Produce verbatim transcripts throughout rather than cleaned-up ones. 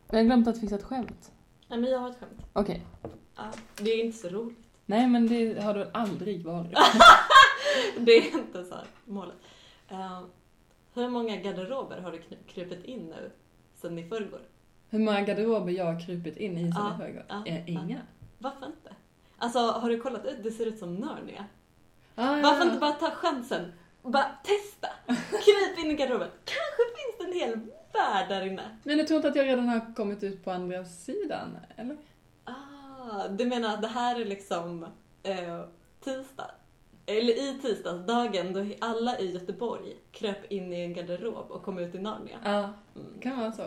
Jag har glömt att fixa ett skämt. Nej, men jag har ett skämt. Okej. Okay. Ja, det är inte så roligt. Nej, men det har du aldrig varit. Det är inte så här målet. Uh, hur många garderober har du krupit in nu sen i förrgår? Hur många garderober jag har krupit in i sen ja, i förrgår? Ja, äh, inga. Ja. Varför inte? Alltså, har du kollat ut? Det ser ut som Narnia. Ah, Varför ja. inte bara ta chansen? Bara testa. Kryp in i garderoben. Kanske finns det en hel värld där inne. Men jag tror inte att jag redan har kommit ut på andra sidan, eller? Ah, du menar att det här är liksom eh, tisdag? Eller i tisdagsdagen då alla i Göteborg kröp in i en garderob och kom ut i Narnia. Ja, mm. Kan vara så.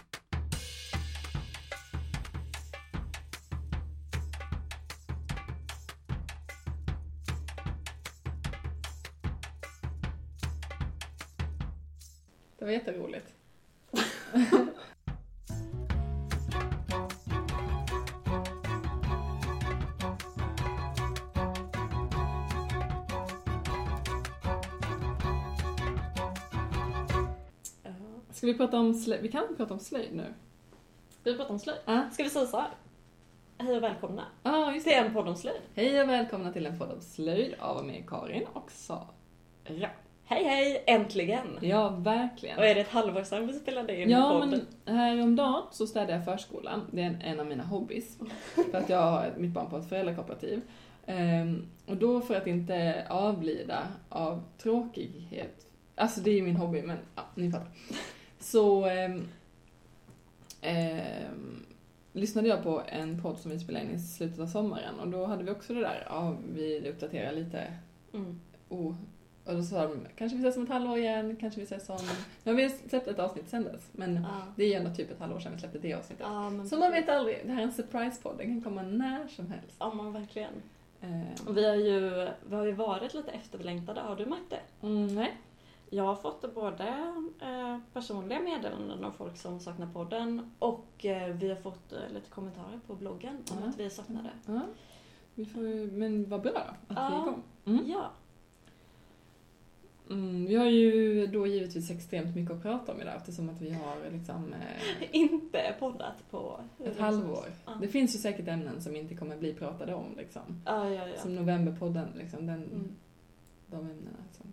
Det var jätteroligt. Ska vi prata om slöjd? Vi kan inte prata om slöjd nu. Ska vi prata om slöjd? Ah. Ska vi säga så här? Hej och välkomna ah, just till en podd om slöjd. Hej och välkomna till en podd om slöjd av och med Karin och Sara. Hej hej, äntligen! Ja, verkligen. Och är det ett halvår sedan vi spelade in ja, podden? Ja, men häromdagen så städade jag förskolan. Det är en, en av mina hobbys. För att jag har mitt barn på ett föräldrakooperativ. Um, och då för att inte avlida av tråkighet. Alltså det är ju min hobby, men ja, ni fattar. Så um, um, lyssnade jag på en podd som vi spelade in i slutet av sommaren. Och då hade vi också det där, ja, vi uppdaterar lite. Mm. Oh, och då sa de, kanske vi ses om ett halvår igen, kanske vi ses om... Nu har vi släppt ett avsnitt sen dess, men ja. Det är ju ändå typ ett halvår sedan vi släppte det avsnittet. Ja, men så man vet aldrig, det här är en surprise-podd, den kan komma när som helst. Ja, man verkligen. Eh. Och vi har ju vi har ju varit lite efterlängtade, har du märkt det? Mm, nej. Jag har fått både eh, personliga meddelanden av folk som saknar podden och eh, vi har fått eh, lite kommentarer på bloggen om ja. att vi saknade. Ja. Vi får ju, men vad bra då, att ja. vi är igång. Mm. Ja. Mm, vi har ju då givetvis extremt mycket att prata om idag eftersom att vi har liksom... Eh, inte poddat på... Ett halvår. Ja. Det finns ju säkert ämnen som inte kommer bli pratade om liksom. Ja, ja, ja. Som novemberpodden liksom, den, mm. de ämnena som...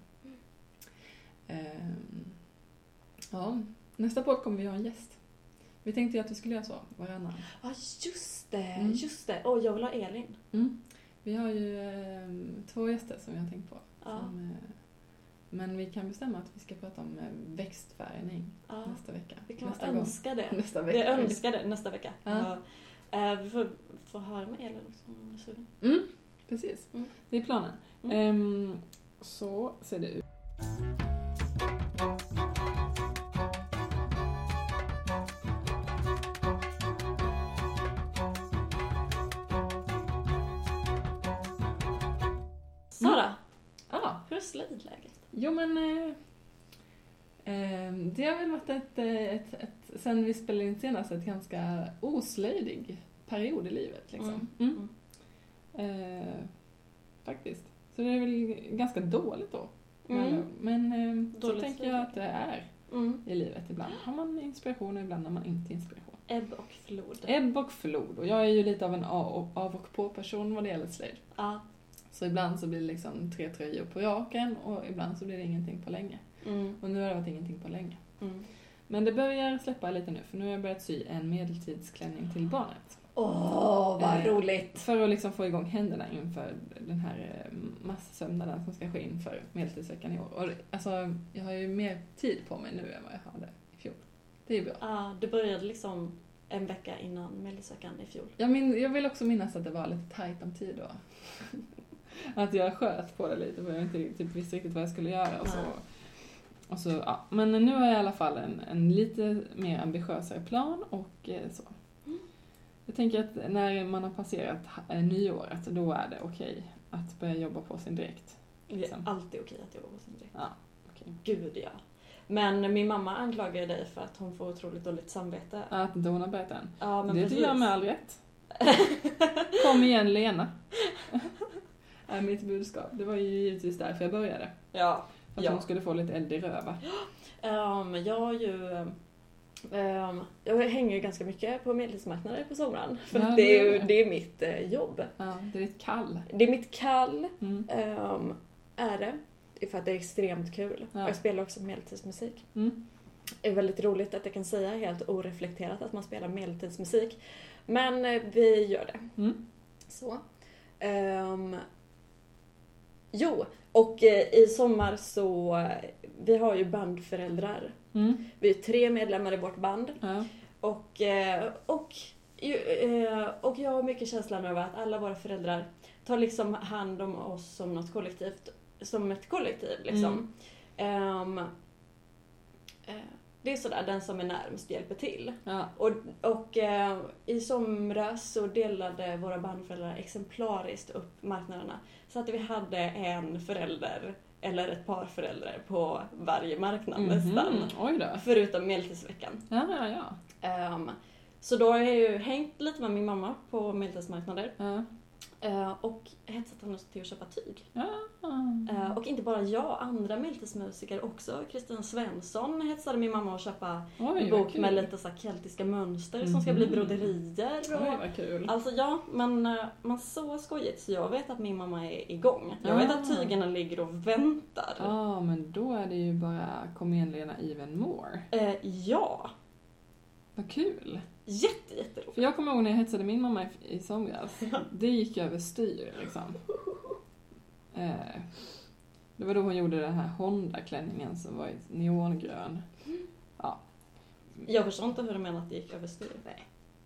Um, ja, nästa podd kommer vi ha en gäst. Vi tänkte ju att vi skulle göra så varannan. Ja, just det, mm. just det. Åh, oh, jag vill ha Elin. Mm. Vi har ju um, två gäster som vi har tänkt på. Ja. Som, uh, men vi kan bestämma att vi ska prata om uh, växtfärgning ja. nästa vecka. Vi kan nästa önska gång. det. Nästa vecka. Jag önskar det nästa vecka. Ja. Ja. Uh, vi får, får höra med Elin också. Mm, precis. Mm. Det är planen. Mm. Um, så ser det ut. Sara, Ja. hur är slöjdläget? Jo men eh, eh, det har väl varit ett, ett, ett, sen vi spelade in senast, ett ganska oslöjdig period i livet liksom. Mm. Mm. Eh, faktiskt. Så det är väl ganska dåligt då. Mm. Men eh, så Dåligt tänker jag att det är Mm. i livet. Ibland har man inspiration och ibland har man inte inspiration. Ebb och flod. Ebb och flod. Och jag är ju lite av en av och på person vad det gäller slöjd. Ja. Så ibland så blir det liksom tre tröjor på raken och ibland så blir det ingenting på länge. Mm. Och nu har det varit ingenting på länge. Mm. Men det börjar släppa lite nu för nu har jag börjat sy en medeltidsklänning till barnet. Åh, vad Eh, roligt! För att liksom få igång händerna inför den här eh, massasömnaden som ska ske inför medeltidsveckan i år. Och alltså, jag har ju mer tid på mig nu än vad jag hade i fjol. Det är ju bra. Ja, det började liksom en vecka innan medeltidsveckan i fjol. Jag, min, jag vill också minnas att det var lite tajt om tid då. Att jag sköt på det lite för jag inte typ visste riktigt vad jag skulle göra. Och så, och så, ja. Men nu har jag i alla fall en, en lite mer ambitiösare plan och eh, så. Mm. Jag tänker att när man har passerat eh, nyåret, då är det okej att börja jobba på sin dräkt. Det är Liksom. alltid okej att jobba på sin dräkt. Ja, okej. Gud, ja. Men min mamma anklagar dig för att hon får otroligt dåligt samvete. Att inte hon har börjat än. Ja, men det precis. tycker jag med all rätt. Kom igen, Lena. Är mitt budskap. Det var ju givetvis därför jag började. Ja. För att ja. hon skulle få lite eld i röva. Um, jag har ju Um, jag hänger ju ganska mycket på medeltidsmarknader på sommaren. För Ja, att det är ju det. det är mitt eh, jobb. Ja, det är ditt kall. Det är mitt kall. Mm. Um, är det. Det är för att det är extremt kul. Ja. Och jag spelar också medeltidsmusik. Mm. Det är väldigt roligt att jag kan säga helt oreflekterat att man spelar medeltidsmusik. Men eh, vi gör det. Mm. Så. Um, jo, och eh, i sommar så, eh, vi har ju bandföräldrar. Mm. Vi är tre medlemmar i vårt band. Ja. Och, eh, och, eh, och jag har mycket känslan över att alla våra föräldrar tar liksom hand om oss som något kollektivt, som ett kollektiv liksom. Mm. Um, eh, det är sådär, den som är närmast hjälper till. Ja. Och, och eh, i somras så delade våra bandföräldrar exemplariskt upp marknaderna. Så att vi hade en förälder eller ett par föräldrar på varje marknad Mhm. nästan. Oj då. Förutom medeltidsveckan. Ja, ja, ja. Um, så då har jag ju hängt lite med min mamma på medeltidsmarknader. Ja. Uh, och hetsat henne till att köpa tyg. Ja. Uh, och inte bara jag, andra medeltidsmusiker också. Kristina Svensson hetsade min mamma att köpa Oj, en vad bok kul. med lite så här keltiska mönster som ska bli Mhm. broderier. Och, Oj, vad kul. alltså ja, men, uh, men så skojigt. Så jag vet att min mamma är igång. Jag vet Ah. att tygerna ligger och väntar. Ja, men då är det ju bara kom igen Lena, even more. Uh, ja, Vad kul. jätte, jätteroligt. För jag kommer ihåg när jag hetsade min mamma i, i somras. Det gick över styr liksom. Eh, det var då hon gjorde den här Honda-klänningen som var i neongrön. Ja. Jag förstår inte hur du menar att det gick överstyr. Nej.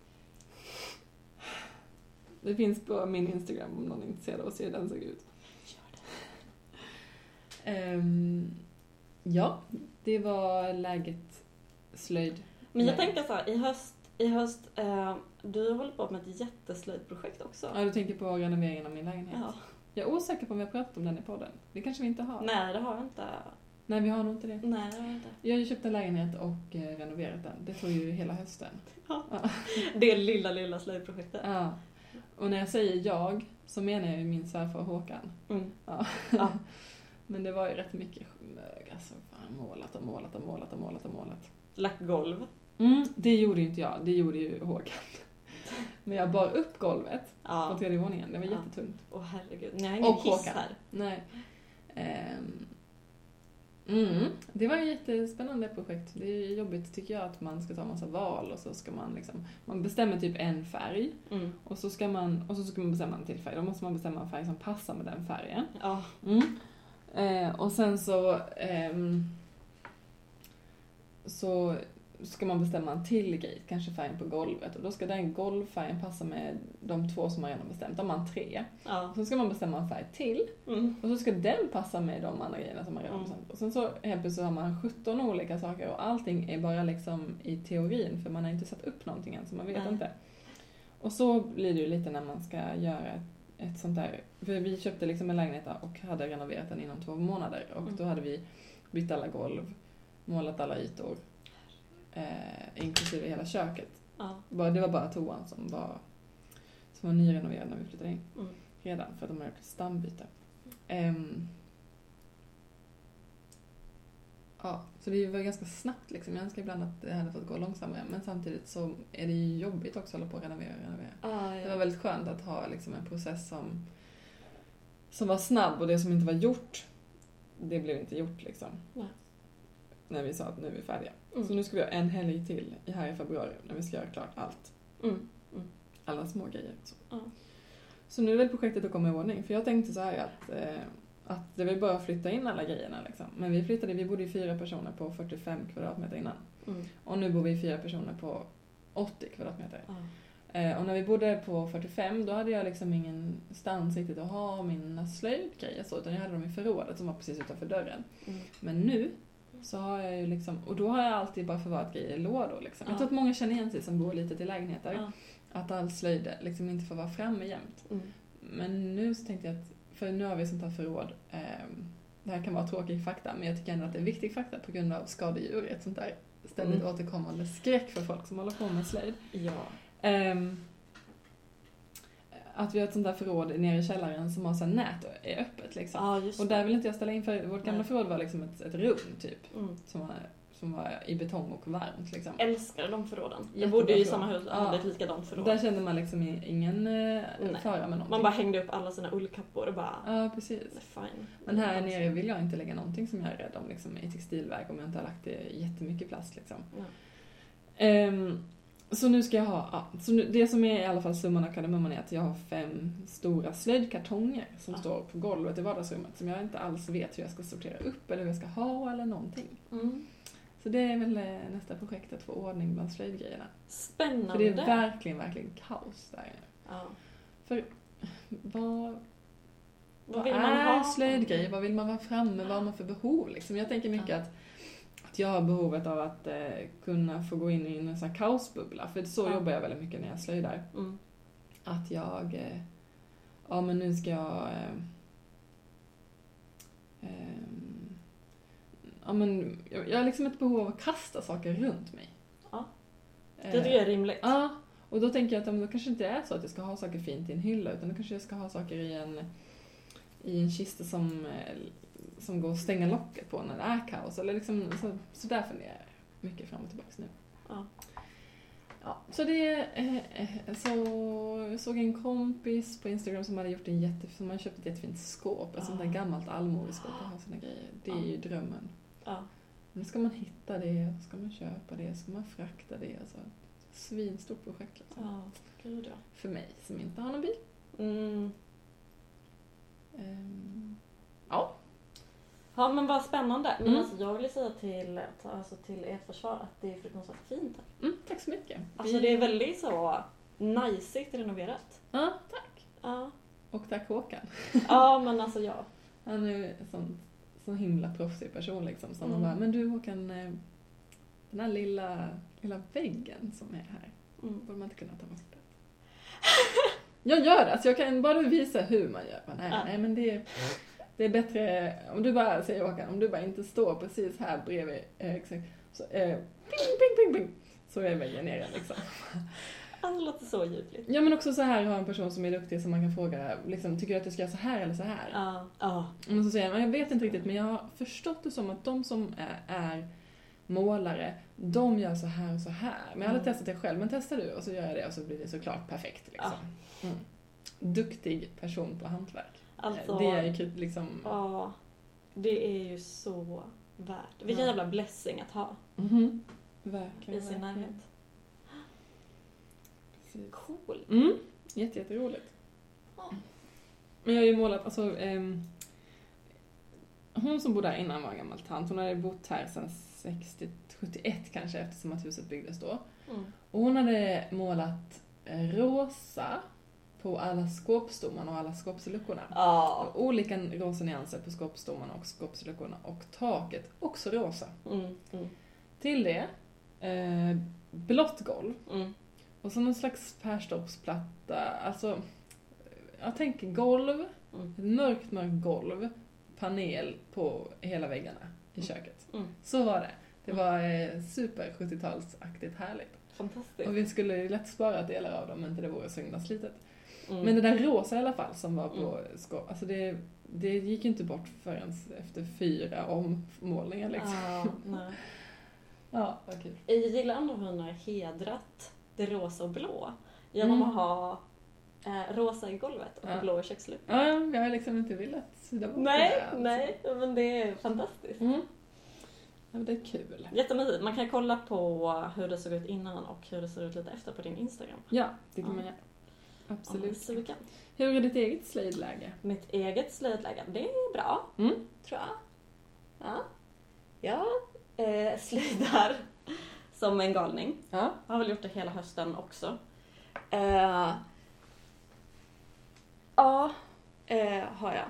Det finns på min Instagram om någon är intresserad av att se hur den såg ut. Gör det. Ehm, ja, det var läget slöjd. Men jag Nej. tänker så här, i höst, i höst eh, du håller på med ett jätteslöjdprojekt också. Ja, du tänker på renoveringen av min lägenhet. Ja. Jag är osäker på om vi har pratat om den i podden. Det kanske vi inte har. Nej, det har jag inte. Nej, vi har nog inte det. Nej, det har jag inte. Jag har ju köpt en lägenhet och eh, renoverat den. Det tog ju hela hösten. Det lilla, lilla slöjdprojektet. Ja. Och när jag säger jag så menar jag ju min svärfar Håkan. Mm. Ja. Ja. Men det var ju rätt mycket mög. Alltså, fan, målat och målat och målat och målat och målat. Lagt golv. Mm, det gjorde ju inte jag. Det gjorde ju Håkan. Men jag bar upp golvet på Ja. tredje våningen. Det var Ja. jättetungt. Åh herregud. Ni har ingen Och hiss Håkan. här. Nej. Ehm. Mm. Det var ett jättespännande projekt. Det är jobbigt tycker jag att man ska ta en massa val och så ska man liksom, man bestämmer typ en färg Mm. och så ska man, och så ska man bestämma en till färg. Då måste man bestämma en färg som passar med den färgen. Ja. Mm. Eh, och sen så ehm, så ska man bestämma en till grej, kanske färgen på golvet. Och då ska den golvfärgen passa med de två som man redan bestämt. Om man tre. Ja. Och så ska man bestämma en färg till. Mm. Och så ska den passa med de andra grejerna som man redan Mm. bestämt. Och sen så helt plötsligt har man sjutton olika saker. Och allting är bara liksom i teorin. För man har inte satt upp någonting än, så man vet Nej. inte. Och så blir det ju lite när man ska göra ett, ett sånt där. För vi köpte liksom en lägenhet och hade renoverat den inom två månader. Och Mm. då hade vi bytt alla golv, målat alla ytor. Eh, inklusive hela köket. Ja. Bara, det var bara toan som var, som var nyrenoverad när vi flyttade in. Mm. Redan, för att de hade gjort ett stambyte. Ehm, ja, så det var ganska snabbt liksom. Jag önskar ibland att det hade fått gå långsammare. Men samtidigt så är det ju jobbigt också att hålla på och renovera och renovera. Ah, Det var ja. väldigt skönt att ha liksom en process som, som var snabb och det som inte var gjort, det blev inte gjort liksom. Nej. När vi sa att nu är vi färdiga. Mm. Så nu ska vi ha en helg till i här i februari när vi ska göra klart allt. Mm. Alla små grejer. Så, Ja. så nu är väl projektet att komma i ordning. För jag tänkte så här att, eh, att det var bara att flytta in alla grejerna liksom. Men vi flyttade, vi bodde i fyra personer på fyrtiofem kvadratmeter innan. Mm. Och nu bor vi fyra personer på åttio kvadratmeter. Ja. Eh, och när vi bodde på fyrtiofem då hade jag liksom ingen stans riktigt att ha mina slöjdgrejer så, utan jag hade dem i förrådet som var precis utanför dörren. Mm. Men nu så har jag ju liksom, och då har jag alltid bara förvarat grejer i lådor liksom. Ja. Jag tror att många känner igen sig som bor lite till lägenheter. Ja. Att all slöjd liksom inte får vara framme jämt. Mm. Men nu så tänkte jag att, för nu har vi sånt här förråd, eh, det här kan vara tråkig fakta, men jag tycker ändå att det är viktig fakta på grund av skadedjur, ett sånt där ständigt Mm. återkommande skräck för folk som håller på med slöjd. Ja. Ehm, att vi har ett sånt där förråd nere i källaren som har så här nät och är öppet liksom. Ja, just Och det. där vill inte jag ställa in, för vårt gamla Nej. förråd var liksom ett, ett rum typ. Mm. Som var som var i betong och varmt liksom. Älskar de förråden. Jag Jättebra bodde ju i förråd. samma hus och Ja. hade ett likadant förråd. Där kände man liksom i- ingen eh, fara med någonting. Man bara hängde upp alla sina ullkappor och bara, Ja, precis. det är fine. Men här nere vill jag inte lägga någonting som jag är rädd om liksom, i textilväg om jag inte har lagt det jättemycket plast. Liksom. Ja. Ehm, så nu ska jag ha, ja, så nu, det som är i alla fall summan av kardemumman är att jag har fem stora slöjdkartonger som Ja. står på golvet i vardagsrummet som jag inte alls vet hur jag ska sortera upp eller hur jag ska ha eller någonting. Mm. Så det är väl eh, nästa projekt att få ordning bland slöjdgrejerna. Spännande. För det är verkligen, verkligen kaos där. Ja. För vad, Vad vad vill man är ha? slöjdgrejer? Vad vill man vara framme? Vad har man för behov? Liksom? Jag tänker mycket Ja. att, att jag har behovet av att eh, kunna få gå in i en sån här kaosbubbla. För så Ja. jobbar jag väldigt mycket när jag slöjdar. Mm. Att jag, eh, ja men nu ska jag, eh, eh, ja men jag, jag har liksom ett behov av att kasta saker runt mig. Ja. Eh, Det tycker jag är rimligt. Ja, och då tänker jag att ja, men då kanske inte är så att jag ska ha saker fint i en hylla utan då kanske jag ska ha saker i en, i en kista som, eh, som går att stänga locket på när det är kaos. Eller liksom, så, så där funderar jag mycket fram och tillbaka nu. Ja. Ja, så det eh, eh, så jag såg en kompis på Instagram som hade gjort en jätte, som hade köpt ett jättefint skåp, ett sånt där Ah. gammalt allmogeskåp och ha sina grejer. Det är Ja. ju drömmen. Ja. Nu ska man hitta det, ska man köpa det, ska man frakta det. Alltså, svinstort projekt liksom. Ja, gud ja. För mig som inte har någon bil. Mm. Ehm, ja. Ja men vad spännande. Men Mm. alltså, jag vill säga till, alltså, till ert försvar att det är fruktansvärt fint här. Mm, tack så mycket. Alltså det är väldigt så najsigt renoverat. Ja, tack. Ja. Och tack Håkan. Ja men alltså ja. Han är ju en sån, sån himla proffsig person liksom. Som Mm. man bara, men du Håkan, eh, den här lilla, lilla väggen som är här, Mm. borde man inte kunna ta bort det? Jag gör det, alltså jag kan bara visa hur man gör. Men nej, Ja. nej men det är, det är bättre, om du bara, säger Håkan, om du bara inte står precis här bredvid, eh, exakt, så, eh, ping, ping, ping, ping, så är väggen nere liksom. Allt låter så ljuvligt. Ja men också så här ha en person som är duktig som man kan fråga, liksom, tycker du att jag ska göra så här eller så här? Ja. Ja. Och så säger man, jag vet inte riktigt men jag har förstått det som att de som är, är målare, de gör så här och så här. Men jag har aldrig Mm. testat det själv, men testar du och så gör jag det och så blir det såklart perfekt. Liksom. Mm. Duktig person på hantverk. Alltså. Det är ju kul, liksom... Ja. Det är ju så värt. Vilken Ja. jävla blessing att ha Mhm. Verkligen. i sin verkligen. närhet. Precis. Cool. Mm. Jätte, jätteroligt. Ja. Men jag har ju målat, alltså... ehm, hon som bodde här innan var en gammal tant. Hon hade bott här sedan sextio sjuttioett kanske eftersom att huset byggdes då. Mm. Och hon hade målat eh, rosa på alla skåpstommarna och alla skåpsluckorna. Ja. Och olika rosa nyanser på skåpstommarna och skåpsluckorna. Och taket också rosa. Mm. Mm. Till det eh, blått golv. Mm. Och så någon slags perstoppsplatta. Alltså, jag tänker golv. Mm. Ett mörkt, mörkt golv. Panel på hela väggarna i köket. Mm. Så var det. Det var eh, super sjuttiotalsaktigt härligt. Fantastiskt. Och vi skulle ju lätt spara delar av dem, men inte det vore så himla slitet. Mm. Men det där rosa i alla fall som var på Mm. skåp, alltså det, det gick ju inte bort förrän efter fyra ommålningar liksom. Ja, nej. Ja, vad kul. Jag gillar ändå hur hon har hedrat det rosa och blå genom Mm. att ha eh, rosa i golvet och Ja. blå i köksluckan. Ja, jag har liksom inte velat sida bort Nej, det där, alltså. nej, men det är fantastiskt. Mm. Ja, men det är kul. Jättemysigt. Man kan kolla på hur det såg ut innan och hur det ser ut lite efter på din Instagram. Ja, det kan Ja. man göra. Om man är Absolut. sugen. Hur är ditt eget slöjdläge? Mitt eget slöjdläge, det är bra, Mm. tror jag. Ja. Jag eh, slöjdar som en galning. Ja. Jag har väl gjort det hela hösten också. Eh, ja, eh, har jag.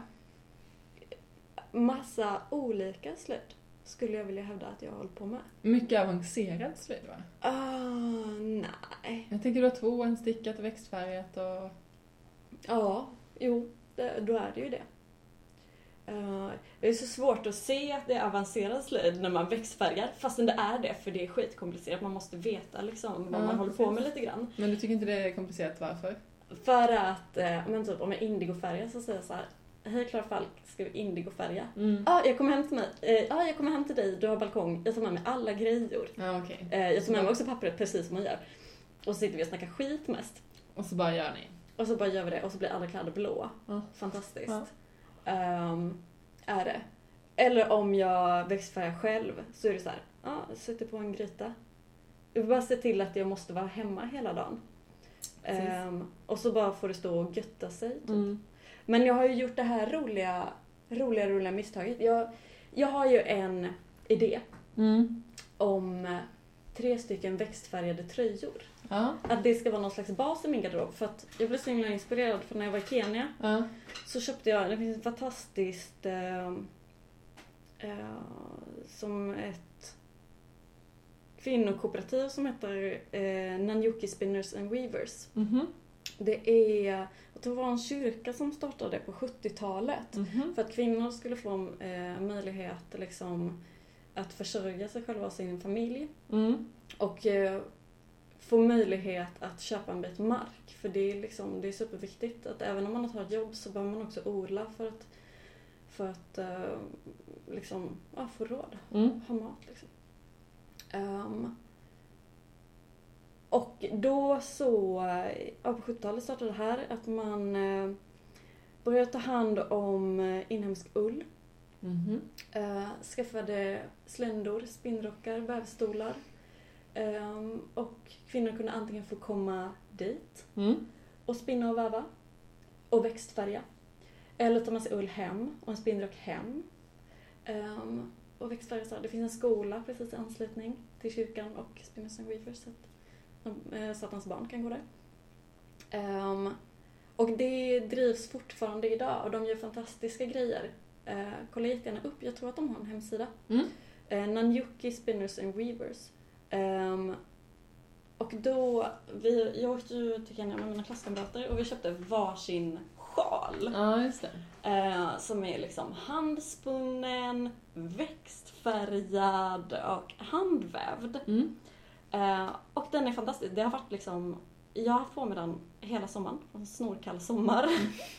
Massa olika slöjd skulle jag vilja hävda att jag håller på med. Mycket avancerad slöjd va? Ah, nej. Jag tänker du har tvåhandstickat och växtfärgat och... Ja, jo, det, då är det ju det. Uh, det är så svårt att se att det är avancerad slöjd när man växtfärgar, fastän det är det, för det är skitkomplicerat. Man måste veta liksom vad Ja, man håller på med precis. lite grann. Men du tycker inte det är komplicerat, varför? För att, eh, men typ om jag indigofärgar så säger jag så här, hej Klara Falk, ska vi indigofärga? Ja, Mm. ah, jag kommer hem till mig. Eh, ah, jag kommer hem till dig, du har balkong. Jag tar med mig alla grejer. Ja, okej. Eh, jag tar med mig också pappret, precis som man gör. Och så sitter vi och snackar skit mest. Och så bara gör ni. Och så bara gör vi det och så blir alla kläder blå. Ja. Fantastiskt. Ja. Ehm, är det. Eller om jag växtfärgar själv så är det så här, ja, ah, jag sätter på en gryta. Jag vill bara se till att jag måste vara hemma hela dagen. Ehm, och så bara får det stå och götta sig. Typ. Mm. Men jag har ju gjort det här roliga, roliga, roliga misstaget. Jag, jag har ju en idé Mm. om tre stycken växtfärgade tröjor. Ja. Att det ska vara någon slags bas i min garderob. För att jag blev så himla inspirerad för när jag var i Kenya Ja. så köpte jag, det finns ett fantastiskt eh, eh, som ett kvinnokooperativ som heter eh, Nanyuki Spinners and Weavers. Mhm. Det är, jag tror det var en kyrka som startade på sjuttiotalet. Mhm. För att kvinnor skulle få eh, möjlighet liksom, att försörja sig själva och sin familj. Mm. Och eh, få möjlighet att köpa en bit mark. För det är, liksom, det är superviktigt att även om man har ett jobb så behöver man också odla för att, för att eh, liksom, ja, få råd. Mm. Ha mat liksom. Um, och då så, ja, på sjuttiotalet startade det här att man eh, började ta hand om eh, inhemsk ull. Mhm. Uh, skaffade sländor, spinnrockar, vävstolar. Um, och kvinnor kunde antingen få komma dit Mm. och spinna och väva och växtfärga. Eller ta med sig ull hem och en spinnrock hem. Um, och växtfärga så här. Det finns en skola precis i anslutning till kyrkan och Spinners and Weavers så att, de, eh, så att hans barn kan gå där. Um, och det drivs fortfarande idag och de gör fantastiska grejer. Uh, kolla jättegärna upp, jag tror att de har en hemsida. Mm. Uh, Nanyuki Spinners and Weavers. Um, och då, vi, jag åkte ju till Kenya med mina klasskamrater och vi köpte varsin sjal. Ja, just det. Uh, som är liksom handspunnen, växtfärgad och handvävd. Mm. Uh, och den är fantastisk. Det har varit liksom, jag har haft på mig den hela sommaren. En snorkall sommar.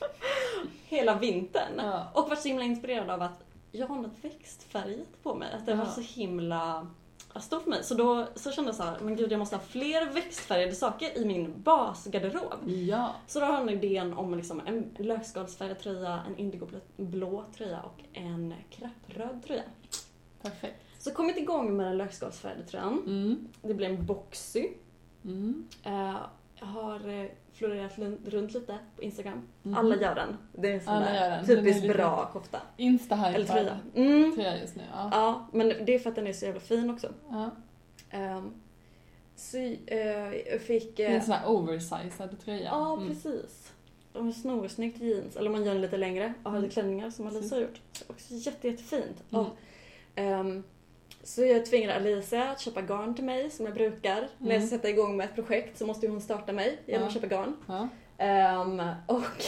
Hela vintern. Ja. Och varit så himla inspirerad av att jag har något växtfärgat på mig. Att det Ja. var så himla stort för mig. Så då så kände jag så här, men gud jag måste ha fler växtfärgade saker i min basgarderob. Ja. Så då har jag idén om liksom en lökskalsfärgad tröja, en indigoblå tröja och en krappröd tröja. Perfekt. Så kommit igång med den lökskalsfärgade tröjan. Mm. Det blir en boxy. Mm. Uh, jag har uh, florerat runt lite på Instagram. Mhm. Alla gör den. Det är en sån Alla där gör den. Den är typiskt lite- bra kofta. Insta-hypad Eller tröja. Mm. tröja just nu. Ja. Ja, men det är för att den är så jävla fin också. Ja. Um, så uh, jag fick... Det är Uh, en sån här oversized tröja. ja, Mm. precis. De är snorsnyggt jeans. Eller man gör den lite längre. Och har Mm. klänningar som Alicia har gjort. Så också jätte, jättefint. Mm. Och, ehm, så jag tvingade Alicia att köpa garn till mig som jag brukar. När jag Mm. sätter igång med ett projekt så måste hon starta mig genom Ja. att köpa garn. Ja. Um, och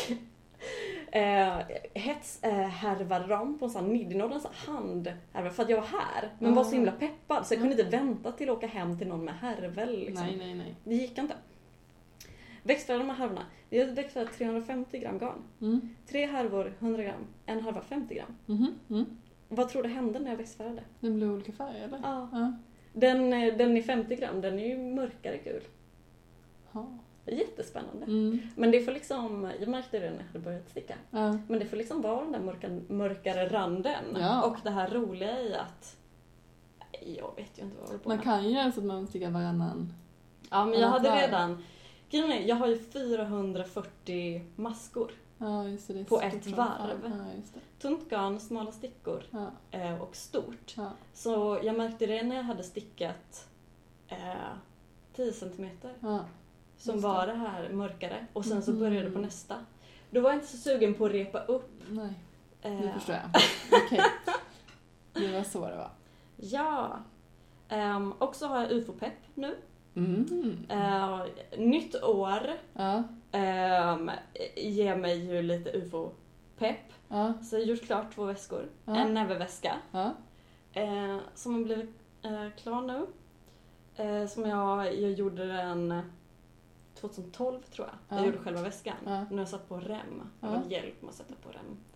uh, hetshärvade dem på en sån här nidinåd, en sån här handhärva för att jag var här. Men Ja. var så himla peppad så jag kunde Ja. inte vänta till att åka hem till någon med härvel. Liksom. Nej, nej, nej. Det gick inte. Växtfärgade de här härvorna. Vi har växtfärgat trehundrafemtio gram garn. Mm. Tre härvor hundra gram, en härva femtio gram. Mhm. Mm. Vad tror du hände när jag växtfärgade? Den blir olika färger eller? Ja. Ja. Den, eh, den är femtio gram, den är ju mörkare gul. Ja. Jättespännande. Mm. Men det får liksom, jag märkte det när jag hade börjat sticka. Ja. Men det får liksom vara den där mörka, mörkare randen. Ja. Och det här roliga i att, jag vet ju inte vad jag håller på Man med. kan ju göra så att man stickar varannan. Ja, men jag Annat hade varv. redan, grejen är, jag har ju fyrahundrafyrtio maskor. Ja, just det. Det är På stort ett som varv. fan. Ja, just det. Tunt garn, smala stickor Ja. eh, och stort. Ja. Så jag märkte det när jag hade stickat eh, tio centimeter. Ja. Som Just det. var det här mörkare. Och sen så Mhm. började jag på nästa. Då var jag inte så sugen på att repa upp. Nej, Eh, det förstår jag. Okej. Det var så det var. Ja. Um, och så har jag U F O-pepp nu. Mm. Eh, nytt år Ja. um, ger mig ju lite U F O-pepp. Ja. Så jag har gjort klart två väskor. Ja. En näveväska. Ja. Eh, som har blivit eh, klar nu. Eh, som jag, jag gjorde den tjugohundratolv tror jag. Ja. Jag gjorde själva väskan. Ja. Nu har jag satt på rem. Jag Ja. har hjälp med att sätta på rem.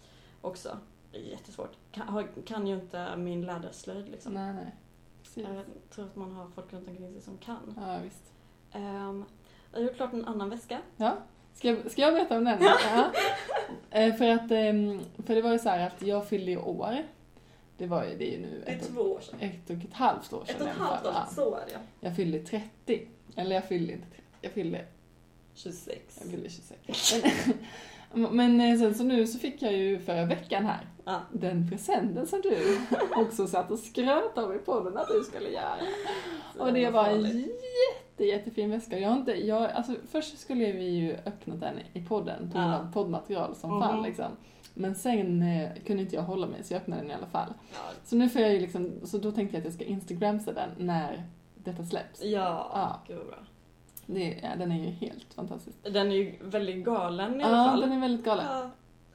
också. Det är jättesvårt. Kan, har, kan ju inte min läderslöjd liksom. Nej, nej. Precis. Jag tror att man har folk runt omkring sig som kan. Ja, visst. Um, jag har gjort klart en annan väska. Ja. Ska jag, ska jag berätta om den? Ja. eh, för att eh, för det var ju så här att jag fyllde i år. Det var ju det är ju nu Det är ett, två år sedan. ett och ett halvt år sedan. Ett och ett halvt år Ja. sedan, så är det. Jag fyllde trettio. Eller jag fyllde inte trettio. Jag fyllde tjugosex. Jag fyllde tjugosex. Men, men sen så nu så fick jag ju förra veckan här Ja. den presenten som du också satt och skröt om i podden att du skulle göra. Och det var en jätte, jättefin väska. Jag har inte, jag, alltså, först skulle vi ju öppna den i podden, på Ja. något poddmaterial som Mhm. fall liksom. Men sen eh, kunde inte jag hålla mig så jag öppnade den i alla fall. Ja. Så nu får jag ju liksom, så då tänkte jag att jag ska instagramsa den när detta släpps. Ja, Ja. gud vad bra. Det, ja, den är ju helt fantastisk. Den är ju väldigt galen i alla Ja, fall. den är väldigt galen. Ja.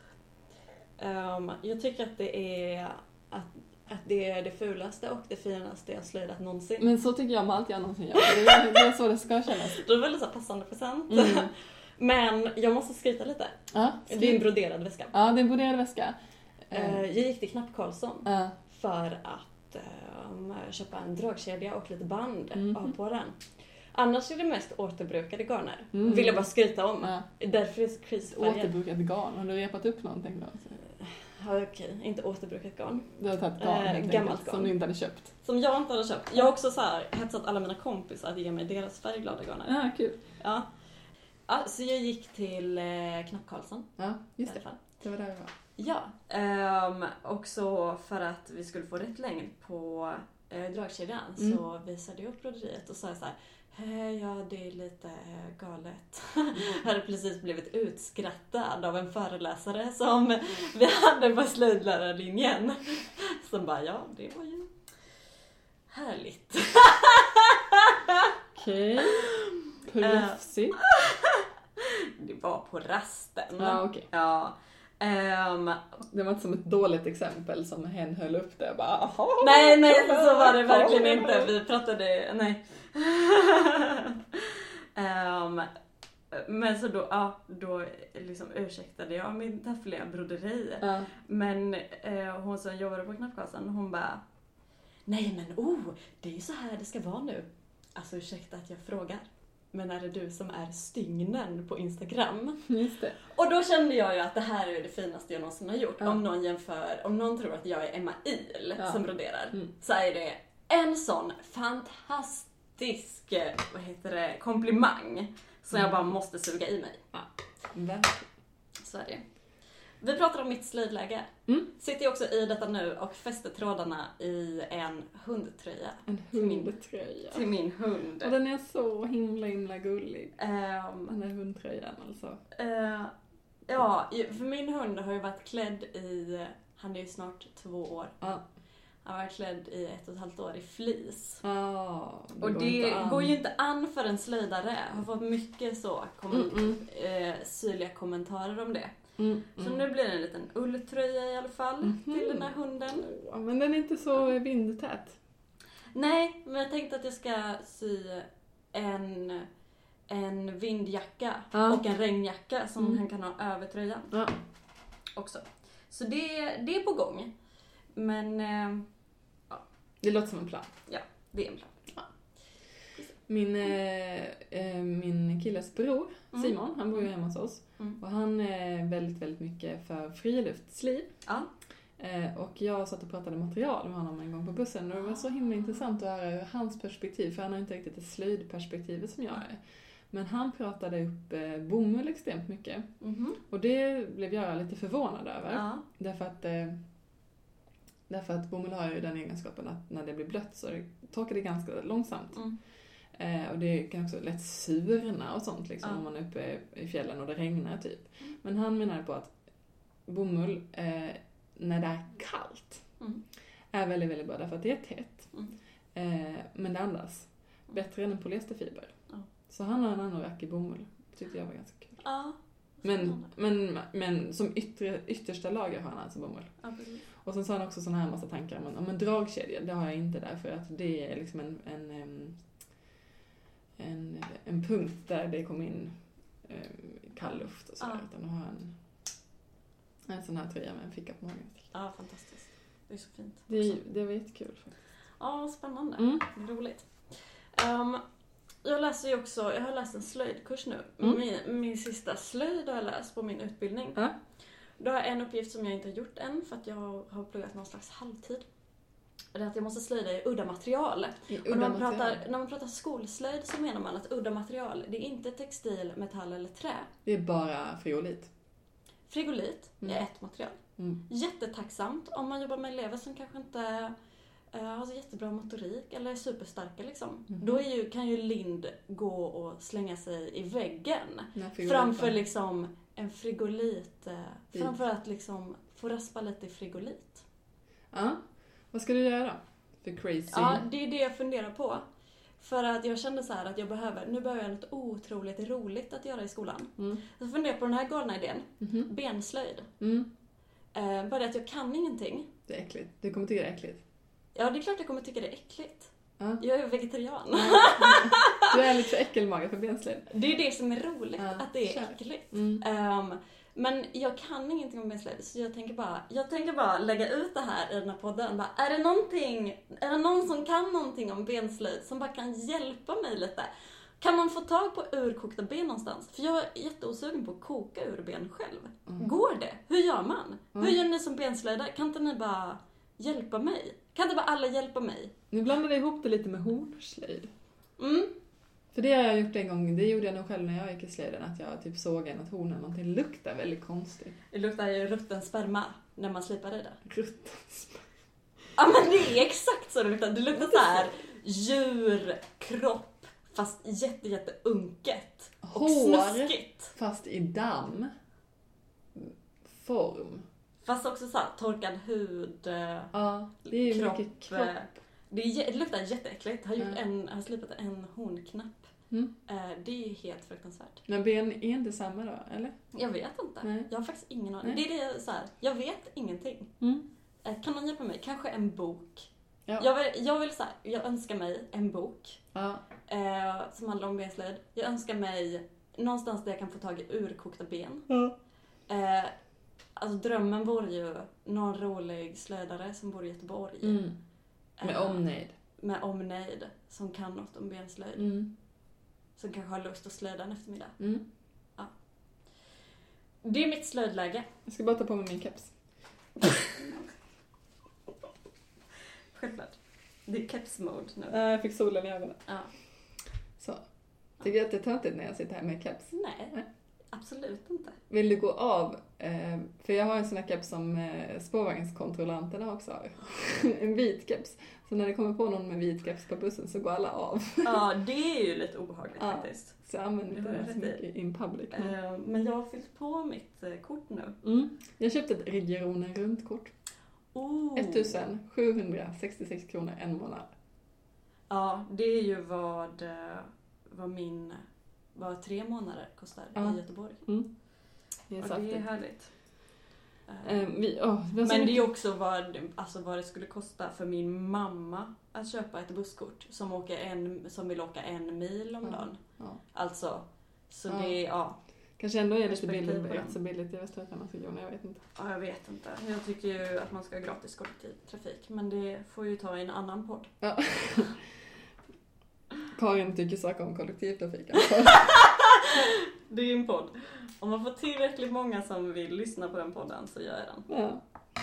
Um, jag tycker att det är att, att det är det fulaste och det finaste jag slöjdat någonsin. Men så tycker jag med allt jag någonsin gör. Det är, det är så det ska kännas. Det är väldigt så här passande present. Mm. Men jag måste skryta lite. Ja, Det är en broderad väska. ja, det är en broderad väska. Eh, Eh, Jag gick till Knapp Karlsson ja. för att um, köpa en dragkedja och lite band Mhm. av på den. Annars är det mest återbrukade garner. Mm. Vill jag bara skryta om. Ja. Därför är det krisfärger. Återbrukat garn. Har du repat upp någonting då? Ja, okej, inte återbrukat garn. Du har tagit garn, Eh, helt gammalt enkelt, garn. som du inte hade köpt. Som jag inte hade köpt. Jag har också så här hetsat alla mina kompisar att ge mig deras färgglada garner. Ja, kul. Ja. Ja, så jag gick till eh, Knapp Karlsson Ja, just i det. alla fall. Det var där jag var. Ja, um, också för att vi skulle få rätt längd på eh, dragkedjan Mm. så visade jag upp broderiet och sa så här: "Hej, ja, det är lite eh, galet." Jag hade precis blivit utskrattad av en föreläsare som vi hade på slöjdlärarlinjen. Som bara, ja, det var ju härligt. Okej. Proffsigt. Det var på rasten. Ja, okej. Ja. Ehm, Det var inte som ett dåligt exempel som hen höll upp det och bara "Aha." nej, nej, så var det verkligen inte. Vi pratade, nej. Ehm, men så då, ja, då liksom ursäktade jag min taffliga broderi. Ja. Men eh, hon som jobbade på Knappkarlsson, hon bara, nej men oh, det är ju så här det ska vara nu. Alltså ursäkta att jag frågar. Men är det du som är stygnen på Instagram? Just det. Och då kände jag ju att det här är det finaste jag någonsin har gjort. Ja. Om någon jämför, om någon tror att jag är Emma Il Ja. som broderar. Mm. Så är det en sån fantastisk, vad heter det, komplimang. Som jag bara måste suga i mig. Verkligen. Så är det. Vi pratar om mitt slöjdläge. Mm. Sitter jag också i detta nu och fäster trådarna i en hundtröja. En Till min- hundtröja. Till min hund. Och den är så himla himla gullig. Ehm, Den här hundtröjan alltså. eh, ja, för min hund har ju varit klädd i, han är ju snart två år. Ja. Han har varit klädd i ett och ett halvt år i flis. Ah, Och går det inte an. går ju inte an för en slöjdare. Jag har fått mycket så kom- Mm, mm. eh, syrliga kommentarer om det. Mm, Så mm. nu blir det en liten ulltröja i alla fall Mhm. till den här hunden. Ja, men den är inte så vindtät. Nej, men jag tänkte att jag ska sy en, en vindjacka Ja. och en regnjacka som Mm. han kan ha över tröjan Ja. också. Så det, det är på gång. Men eh, Det låter som en plan. det är en plan. Min, eh, eh, min killes bror, Mm. Simon, han bor ju hemma hos oss. Mm. Och han är väldigt, väldigt mycket för friluftsliv. Ja. Eh, och jag satt och pratade material med honom en gång på bussen. Och det var så himla intressant att höra hans perspektiv. För han har inte riktigt det slöjdperspektivet som jag är. Men han pratade upp eh, bomull extremt mycket. Mhm. Och det blev jag lite förvånad över. Ja. Därför att, eh, därför att bomull har ju den egenskapen att när det blir blött så det torkar det ganska långsamt. Mm. Eh, och det kan också lätt surna och sånt liksom, Ja. om man är uppe i fjällen och det regnar typ. Men han menar på att bomull, eh, när det är kallt, Mm. är väldigt, väldigt bra därför att det är tätt. Mm. Eh, men det andas bättre än en polyesterfiber. Ja. Så han har en anorak i bomull. Tyckte jag var ganska kul. Ja. Men, men, men som yttre, yttersta lager har han alltså bomull. Ja, precis. Och sen sa han också sådana här massa tankar om, om en dragkedja. Det har jag inte där för att det är liksom en, en, em, en, en punkt där det kommer in em, kall luft och sådär. Ja. Utan att ha en, En sån här tröja med en ficka på magen. Ja, fantastiskt. Det är så fint. Det, är, det var jättekul faktiskt. Ja, spännande. Mm. Roligt. Um, jag läser ju också, jag har läst en slöjdkurs nu. Mm. Min, min sista slöjd har jag läst på min utbildning. Ja. Då har jag en uppgift som jag inte har gjort än för att jag har pluggat någon slags halvtid. Det är att jag måste slöjda i udda material. I Och udda när, man material. pratar, när man pratar skolslöjd så menar man att udda material, det är inte textil, metall eller trä. Det är bara friolit. Frigolit Mm. är ett material. Mm. Jättetacksamt om man jobbar med elever som kanske inte uh, har så jättebra motorik eller är superstarka liksom. Mm. Då är ju, kan ju lind gå och slänga sig i väggen. Frigoliten. Framför liksom en frigolit. Uh, Bit. framför att liksom få raspa lite i frigolit. Ja. Vad ska du göra då? För crazy. Ja, det är det jag funderar på. För att jag kände så här att jag behöver, nu behöver jag något otroligt roligt att göra i skolan. Mm. Så jag funderar på den här galna idén. Mhm. Benslöjd. Mm. Uh, bara det att jag kan ingenting. Det är äckligt. Du kommer tycka det är äckligt. Ja, det är klart jag kommer tycka det är äckligt. Ja. Jag är vegetarian. Du är lite för äckelmagad för benslöjd. Det är det som är roligt, Ja, att det är kör. äckligt. Mm. Um, men jag kan ingenting om benslöjd, så jag tänker bara, jag tänker bara lägga ut det här i den här podden. Bara, är det någonting, är det någon som kan någonting om benslöjd som bara kan hjälpa mig lite? Kan man få tag på urkokta ben någonstans? För jag är jätteosugen på att koka ur ben själv. Mm. Går det? Hur gör man? Mm. Hur gör ni som benslöjdare? Kan inte ni bara hjälpa mig? Kan inte bara alla hjälpa mig? Nu blandade jag ihop det lite med hornslöjd. Mm. För det har jag gjort en gång, det gjorde jag nog själv när jag gick i slöjden, att jag typ såg en att hornen någonting luktar väldigt konstigt. Det luktar ju rutten sperma när man slipar i det. Ruttens. Ja, men det är exakt så det luktar. Det luktar så här djurkropp fast jätte, jätte unket och Hår. snuskigt. Fast i damm. Form. Fast också så här torkad hud. Ja, det är ju Kropp, mycket kropp. Det, är, det luktar jätteäckligt. Jag har, gjort Ja. en, har slipat en hornknapp. Mm. Eh, Det är helt fruktansvärt. Men ben är inte samma då, eller? Jag vet inte. Nej. Jag har faktiskt ingen aning. Nej. Det är det så här. Jag vet ingenting. Mm. Eh, Kan någon hjälpa mig? Kanske en bok. Ja. Jag vill, jag vill så här, jag önskar mig en bok. Ja. Eh, som handlar om benslöjd. Jag önskar mig någonstans där jag kan få tag i urkokta ben. Ja. Eh, alltså drömmen vore ju någon rolig slöjdare som bor i Göteborg. Mm. Med Eh, omnejd. Med omnejd. Som kan något om benslöjd. Mm. Som kanske har lust att slöjda en eftermiddag. Mm. Det är mitt slöjdläge. Jag ska bara ta på mig min keps. Självklart. Det är keps-mode nu. Ja, jag fick solen i ögonen. Ja. Så. Tycker du att det är töntigt när jag sitter här med keps? Nej, Nej. absolut inte. Vill du gå av? Eh, för jag har en sån här keps som eh, spårvagnskontrollanterna också har. En vit keps. Så när det kommer på någon med vit keps på bussen så går alla av. Ja, det är ju lite obehagligt Ja. faktiskt. Så jag använder inte Det har det du så rätt i. mycket in public. Men... Eh, Men jag har fyllt på mitt eh, kort nu. Mm. Jag köpte ett Regionen runtkort. Oh. ettusen sjuhundrasextiosex kronor en månad. Ja, det är ju vad, eh, vad min vad tre månader kostar Ja. i Göteborg. Mm. Det är Och det är saftigt. härligt. Eh, Eh, vi, oh, vi har så Men det är mycket- ju också vad, alltså vad det skulle kosta för min mamma att köpa ett busskort som, åker en, som vill åka en mil om Ja. dagen. Ja. Alltså, så Ja. det är, ja, Kanske ändå är lite perspektiv billigt, på den. rätt så billigt i Västra Götalandsregionen, jag vet inte. ja, jag vet inte. Jag tycker ju att man ska ha gratis kollektivtrafik, men det får ju ta i en annan podd. Ja. Karin tycker saker om kollektivtrafiken. Det är ju en podd. Om man får tillräckligt många som vill lyssna på den podden så gör jag den. Ja.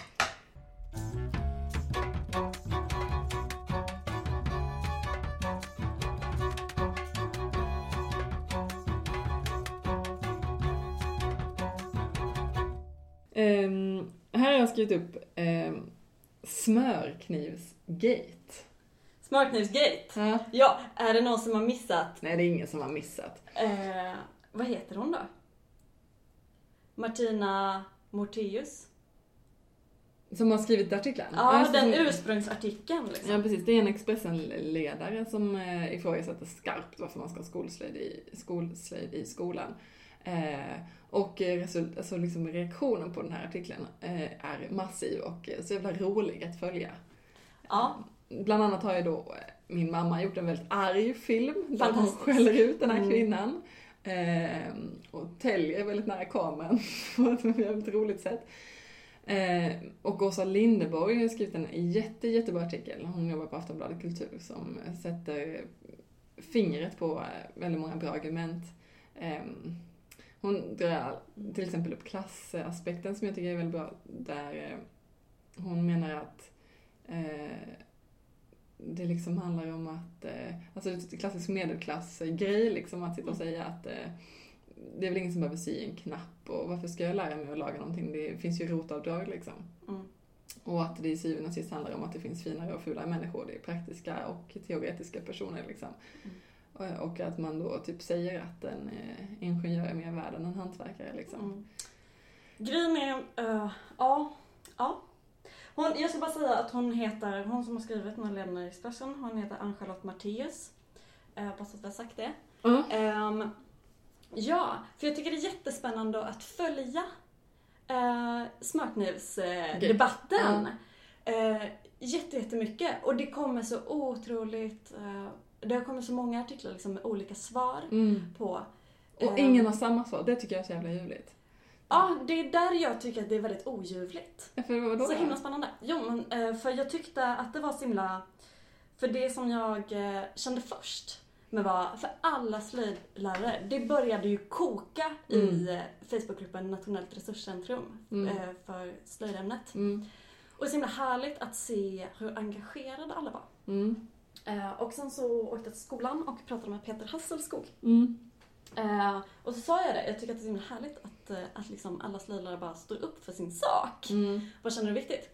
Um, här har jag skrivit upp um, smörknivsgate. Smörknivsgate! Ja. Ja, är det någon som har missat? Nej, det är ingen som har missat. Eh, vad heter hon då? Martina Morteus? Som har skrivit artikeln. Ja, just det, den som- ursprungsartikeln liksom. Ja, precis. Det är en Expressen-ledare som eh, ifrågasätter skarpt varför man ska ha skolslöjd i, skolslöjd i skolan. Eh, och eh, result, alltså liksom reaktionen på den här artikeln eh, är massiv och eh, så jävla rolig att följa. Ja, Bland annat har ju då eh, min mamma gjort en väldigt arg film där hon Fantastiskt. skäller ut den här Mm. kvinnan. Eh, och Telge är väldigt nära kameran på ett väldigt roligt sätt. Eh, och Åsa Linderborg har skrivit en jätte, jättebra artikel. Hon jobbar på Aftonbladet Kultur som sätter fingret på väldigt många bra argument. Eh, hon drar till exempel upp klassaspekten som jag tycker är väldigt bra. Där eh, hon menar att eh, det liksom handlar om att, eh, alltså det är klassisk medelklassgrej liksom att sitta och säga att eh, det är väl ingen som behöver sy en knapp och varför ska jag lära mig att laga någonting? Det finns ju rotavdrag liksom. Mm. Och att det i syvende och sist handlar om att det finns finare och fulare människor. Det är praktiska och teoretiska personer liksom. Mm. Och att man då typ säger att en eh, ingenjör är mer värd än en hantverkare liksom. Mm. Grejen är, uh, ja, ja. Hon, jag ska bara säga att hon heter, hon som har skrivit den här ledaren i Expressen, hon heter Ann-Charlotte Matteus. Uh, bara så att vi har sagt det. Mm. Um, Ja, för jag tycker det är jättespännande att följa eh, smörknivsdebatten. Mm. Eh, jätte, jättemycket. Och det kommer så otroligt... Eh, det har kommit så många artiklar liksom, med olika svar mm. på... Eh, och ingen har samma svar. Det tycker jag är så jävla ljuvligt. Ja, det är där jag tycker att det är väldigt oljuvligt. Ja, för vad då? Så himla spännande. Jo, men, eh, för jag tyckte att det var så himla... För det som jag eh, kände först... Men var för alla slöjdlärare. Det började ju koka mm. i Facebookgruppen Nationellt resurscentrum mm. för slöjdämnet. Mm. Och det är så himla härligt att se hur engagerade alla var. Mm. Och sen så åkte jag till skolan och pratade med Peter Hasselskog. Mm. Och så sa jag det, jag tycker att det är så himla härligt att, att liksom alla slöjdlärare bara står upp för sin sak. Mm. Vad känner du är viktigt?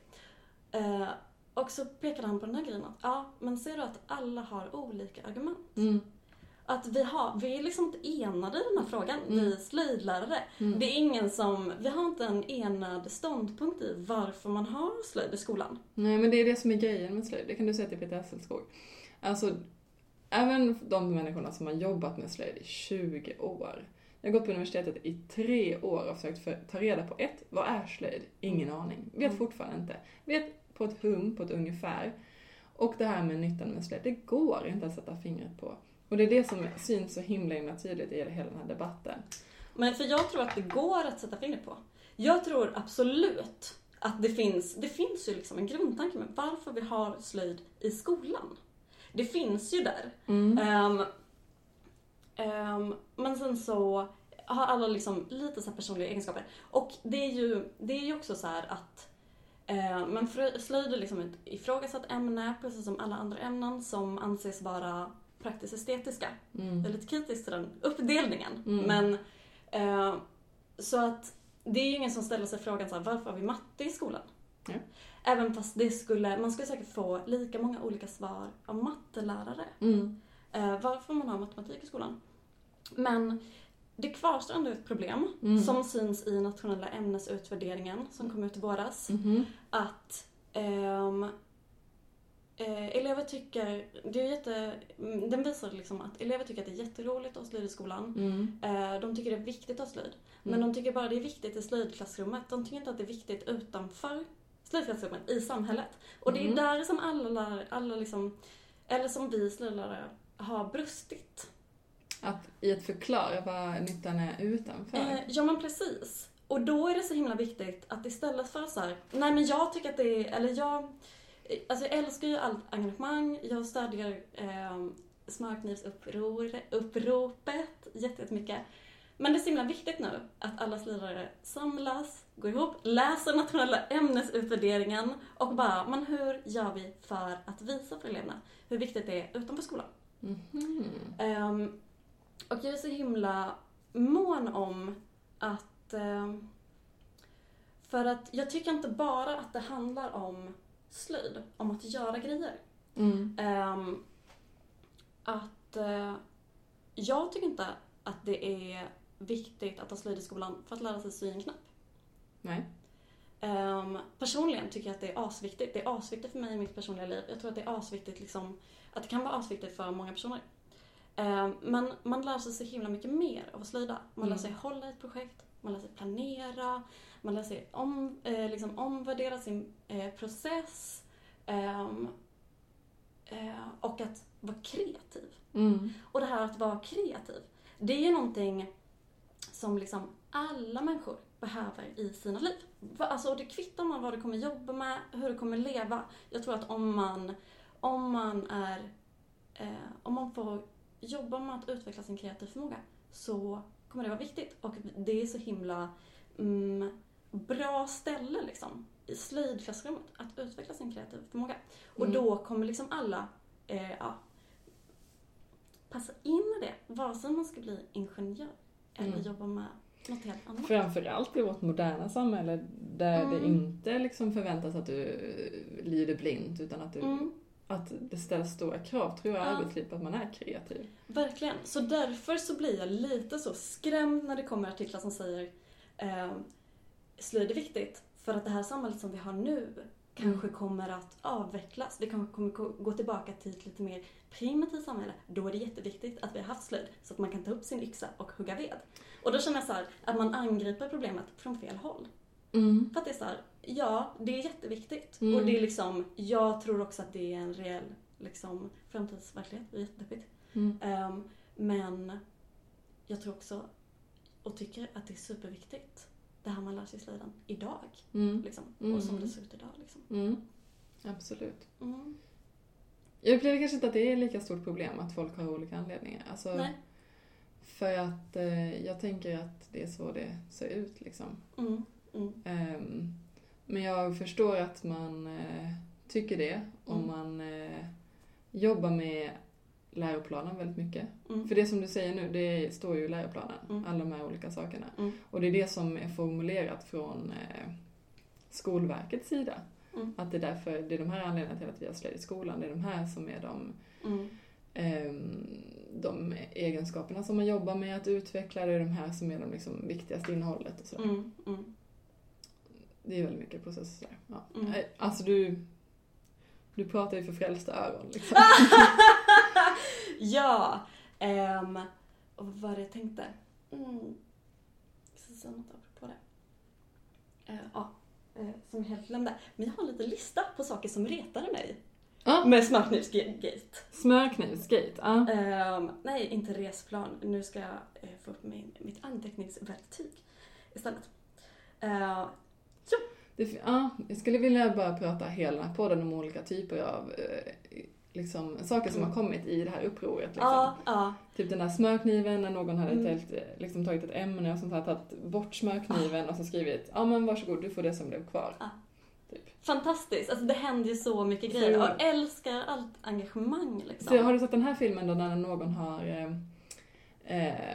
Och så pekade han på den här grejen att, ja, men ser du att alla har olika argument? Mm. Att vi, har, vi är liksom inte enade i den här frågan, mm. vi slöjdlärare. Mm. Det är ingen som, vi har inte en enad ståndpunkt i varför man har slöjd i skolan. Nej, men det är det som är grejen med slöjd. Det kan du säga till Peter Hasselskog. Alltså, även de människorna som har jobbat med slöjd i tjugo år. Jag har gått på universitetet i tre år och försökt för, ta reda på ett, vad är slöjd? Ingen mm. aning. Vet mm. fortfarande inte. Vet på ett hum, på ett ungefär. Och det här med nyttan med slöjd, det går inte att sätta fingret på. Och det är det som syns så himla, himla tydligt i hela den här debatten. Men för jag tror att det går att sätta fingret på. Jag tror absolut att det finns, det finns ju liksom en grundtanke med varför vi har slöjd i skolan. Det finns ju där. Mm. Um, um, men sen så har alla liksom lite så här personliga egenskaper. Och det är ju, det är ju också så här att men slöjd är liksom ett ifrågasatt ämne, precis som alla andra ämnen som anses vara praktiskt estetiska. Mm. Jag är lite kritisk till den uppdelningen. Mm. Men eh, så att det är ju ingen som ställer sig frågan så här, varför har vi matte i skolan? Mm. Även fast det skulle, man skulle säkert få lika många olika svar av mattelärare. Mm. Eh, varför man har matematik i skolan. Men det kvarstår ändå ett problem mm. som syns i nationella ämnesutvärderingen som kom ut i våras. Mm. Att ähm, äh, elever tycker, det är jätte, den visar liksom att elever tycker att det är jätteroligt att ha slöjd i skolan. Mm. Äh, de tycker det är viktigt att ha slöjd. Men mm. de tycker bara det är viktigt i slöjdklassrummet. De tycker inte att det är viktigt utanför slöjdklassrummet i samhället. Och det är mm. där som alla lärare, alla liksom, eller som vi slöjdlärare har brustit. Att i att förklara vad nyttan är utanför. Eh, ja, men precis. Och då är det så himla viktigt att istället för så här, nej men jag tycker att det är, eller jag, alltså jag älskar ju allt engagemang, jag stödjer eh, smörknivsuppropet jättemycket. Men det är så himla viktigt nu att alla slöjdlärare samlas, går ihop, läser nationella ämnesutvärderingen och bara, men hur gör vi för att visa för eleverna hur viktigt det är utanför skolan? Mm-hmm. Um, och jag är så himla mån om att, um, för att jag tycker inte bara att det handlar om slöjd, om att göra grejer. Mm. Um, att uh, jag tycker inte att det är viktigt att ha slöjd i skolan för att lära sig sy en knapp. Nej. Um, personligen tycker jag att det är asviktigt. Det är asviktigt för mig i mitt personliga liv. Jag tror att det är asviktigt liksom, att det kan vara asviktigt för många personer. Um, men man lär sig så himla mycket mer av att slöjda. Man mm. lär sig hålla ett projekt, man lär sig planera, man lär sig om, eh, liksom omvärdera sin eh, process um, eh, och att vara kreativ. Mm. Och det här att vara kreativ, det är ju någonting som liksom alla människor behöver i sina liv. Alltså, och det kvittar man vad du kommer jobba med, hur du kommer leva. Jag tror att om man, om man är, eh, om man får jobba med att utveckla sin kreativa förmåga, så kommer det vara viktigt. Och det är så himla mm, bra ställe liksom, i slöjdklassrummet, att utveckla sin kreativa förmåga. Och mm. då kommer liksom alla eh, ja, passa in i det, vare sig man ska bli ingenjör eller mm. jobba med något helt annat. Framförallt i vårt moderna samhälle där mm. det inte liksom förväntas att du lider blint, utan att, du, mm. att det ställs stora krav, tror jag, i ja. arbetslivet på att man är kreativ. Verkligen. Så därför så blir jag lite så skrämd när det kommer artiklar som säger eh, slöjd är viktigt, för att det här samhället som vi har nu kanske mm. kommer att avvecklas. Vi kanske kommer gå tillbaka till ett lite mer primitivt samhälle. Då är det jätteviktigt att vi har haft slöjd så att man kan ta upp sin yxa och hugga ved. Och då känner jag så här, att man angriper problemet från fel håll. Mm. För att det är så här, ja, det är jätteviktigt. Mm. Och det är liksom, jag tror också att det är en reell liksom, framtidsverklighet. Det är jättedeppigt. Mm. Um, men jag tror också och tycker att det är superviktigt. Det här man lär sig i slöjden idag. Mm. Liksom, mm. Och som det ser ut idag. Liksom. Mm. Absolut. Mm. Jag upplever kanske inte att det är lika stort problem att folk har olika anledningar. Alltså, nej. För att eh, jag tänker att det är så det ser ut. Liksom. Mm. Mm. Um, men jag förstår att man eh, tycker det. Om mm. man eh, jobbar med läroplanen väldigt mycket. Mm. För det som du säger nu, det står ju i läroplanen. Mm. Alla de här olika sakerna. Mm. Och det är det som är formulerat från eh, Skolverkets sida. Mm. Att det är därför, det är de här anledningarna till att vi har slöjd i skolan. Det är de här som är de, mm. eh, de egenskaperna som man jobbar med att utveckla. Det är de här som är de liksom viktigaste innehållet och så. Mm. Mm. Det är väldigt mycket processer. Ja. Mm. Alltså du, du pratar ju för frälsta öron liksom. Ja, um, och vad var det jag tänkte? Mm. Jag ska säga något apropå det. Uh, ja, uh, som jag helt glömde. Men jag har en liten lista på saker som retade mig. Ah. Med smörknivsgate. Smörknivsgate, ja. Ah. Um, nej, inte resplan. Nu ska jag uh, få upp min, mitt anteckningsverktyg istället. Uh, så. Det, ja, jag skulle vilja bara prata hela podden om olika typer av uh, liksom, saker som mm. har kommit i det här upproret. Liksom. Ja, ja. Typ den där smörkniven när någon hade Mm. helt, liksom, tagit ett ämne och sånt här, tagit bort smörkniven och så skrivit, ja men varsågod, du får det som blev kvar. Ja. Typ. Fantastiskt, alltså det händer ju så mycket grejer. Och jag älskar allt engagemang liksom. Så har du sett den här filmen då när någon har eh, eh,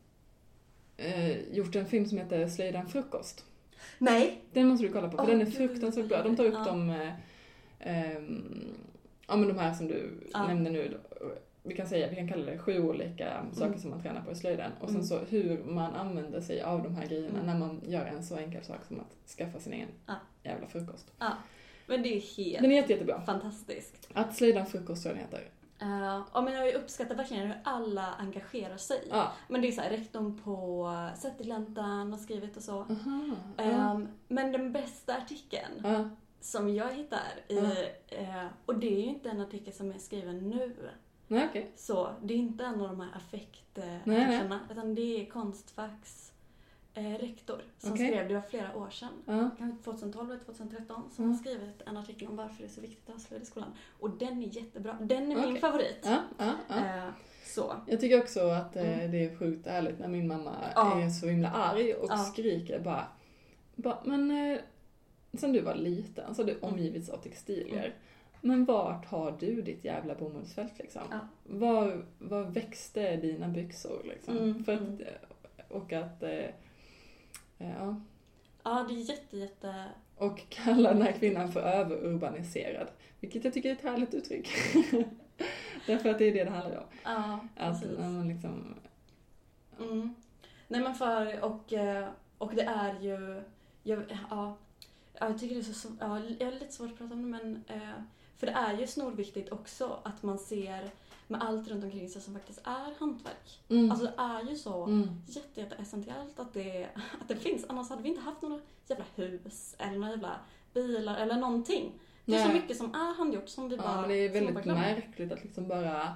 eh, gjort en film som heter Slöjda en frukost? Nej. Den måste du kolla på, för oh, den är fruktansvärt bra. De tar upp ja. de, eh, eh, ja, men de här som du ja. nämnde nu. Vi kan säga, vi kan kalla det sju olika mm. saker som man tränar på i slöjden. Och sen mm. så hur man använder sig av de här grejerna mm. när man gör en så enkel sak som att skaffa sin egen ja. jävla frukost. Ja, men det är helt den är jätte, jättebra. Fantastiskt. Att slöjda en frukost, tror jag den heter. Uh, ja, men jag uppskattar verkligen hur alla engagerar sig. Ja. Men det är så här, rektorn på Sättiläntan har skrivit och så. Aha, um, ja. Men den bästa artikeln ja. som jag hittar, i, ja. uh, och det är ju inte en artikel som är skriven nu. Nej, okay. Så det är inte en av de här affektartiklarna, utan det är Konstfacks eh, rektor som okay. skrev, det var flera år sedan, ja. kanske tjugohundratolv eller tjugotretton, som mm. har skrivit en artikel om varför det är så viktigt att ha slöjd i skolan. Och den är jättebra, den är okay. min favorit. Ja, ja, ja. Eh, så. Jag tycker också att eh, mm. det är sjukt ärligt när min mamma ja. är så himla arg och ja. skriker bara, bara men eh, sen du var liten så har du omgivits av textilier. Mm. Men vart har du ditt jävla bomullsfält liksom? Ja. Var, var växte dina byxor liksom? Mm. För att, och att, eh, ja. Ja, det är jätte, jätte... Och kalla den här kvinnan för överurbaniserad. Vilket jag tycker är ett härligt uttryck. Därför att det är det det handlar om. Ja, att när man liksom... Mm. Nej men för, och, och det är ju... Jag, ja, jag tycker det är så... Ja, jag är lite svårt att prata om det, men... För det är ju snorviktigt också att man ser med allt runt omkring sig som faktiskt är hantverk. Mm. Alltså det är ju så mm. jätte, jätte essentiellt att det, att det finns. Annars hade vi inte haft några jävla hus eller några jävla bilar eller någonting. Det är Nej. så mycket som är handgjort som vi bara... Ja, men det är väldigt märkligt att liksom bara...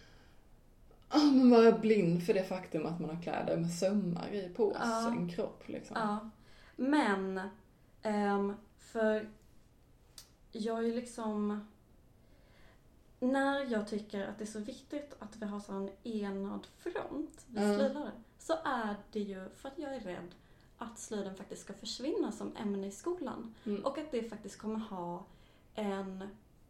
Oh, man bara är blind för det faktum att man har kläder med sömmar i på ja. sin kropp. Liksom. Ja. Men, um, för jag är liksom... När jag tycker att det är så viktigt att vi har sån enad front, vi Mm. slöjdare, så är det ju för att jag är rädd att slöjden faktiskt ska försvinna som ämne i skolan. Mm. Och att det faktiskt kommer ha en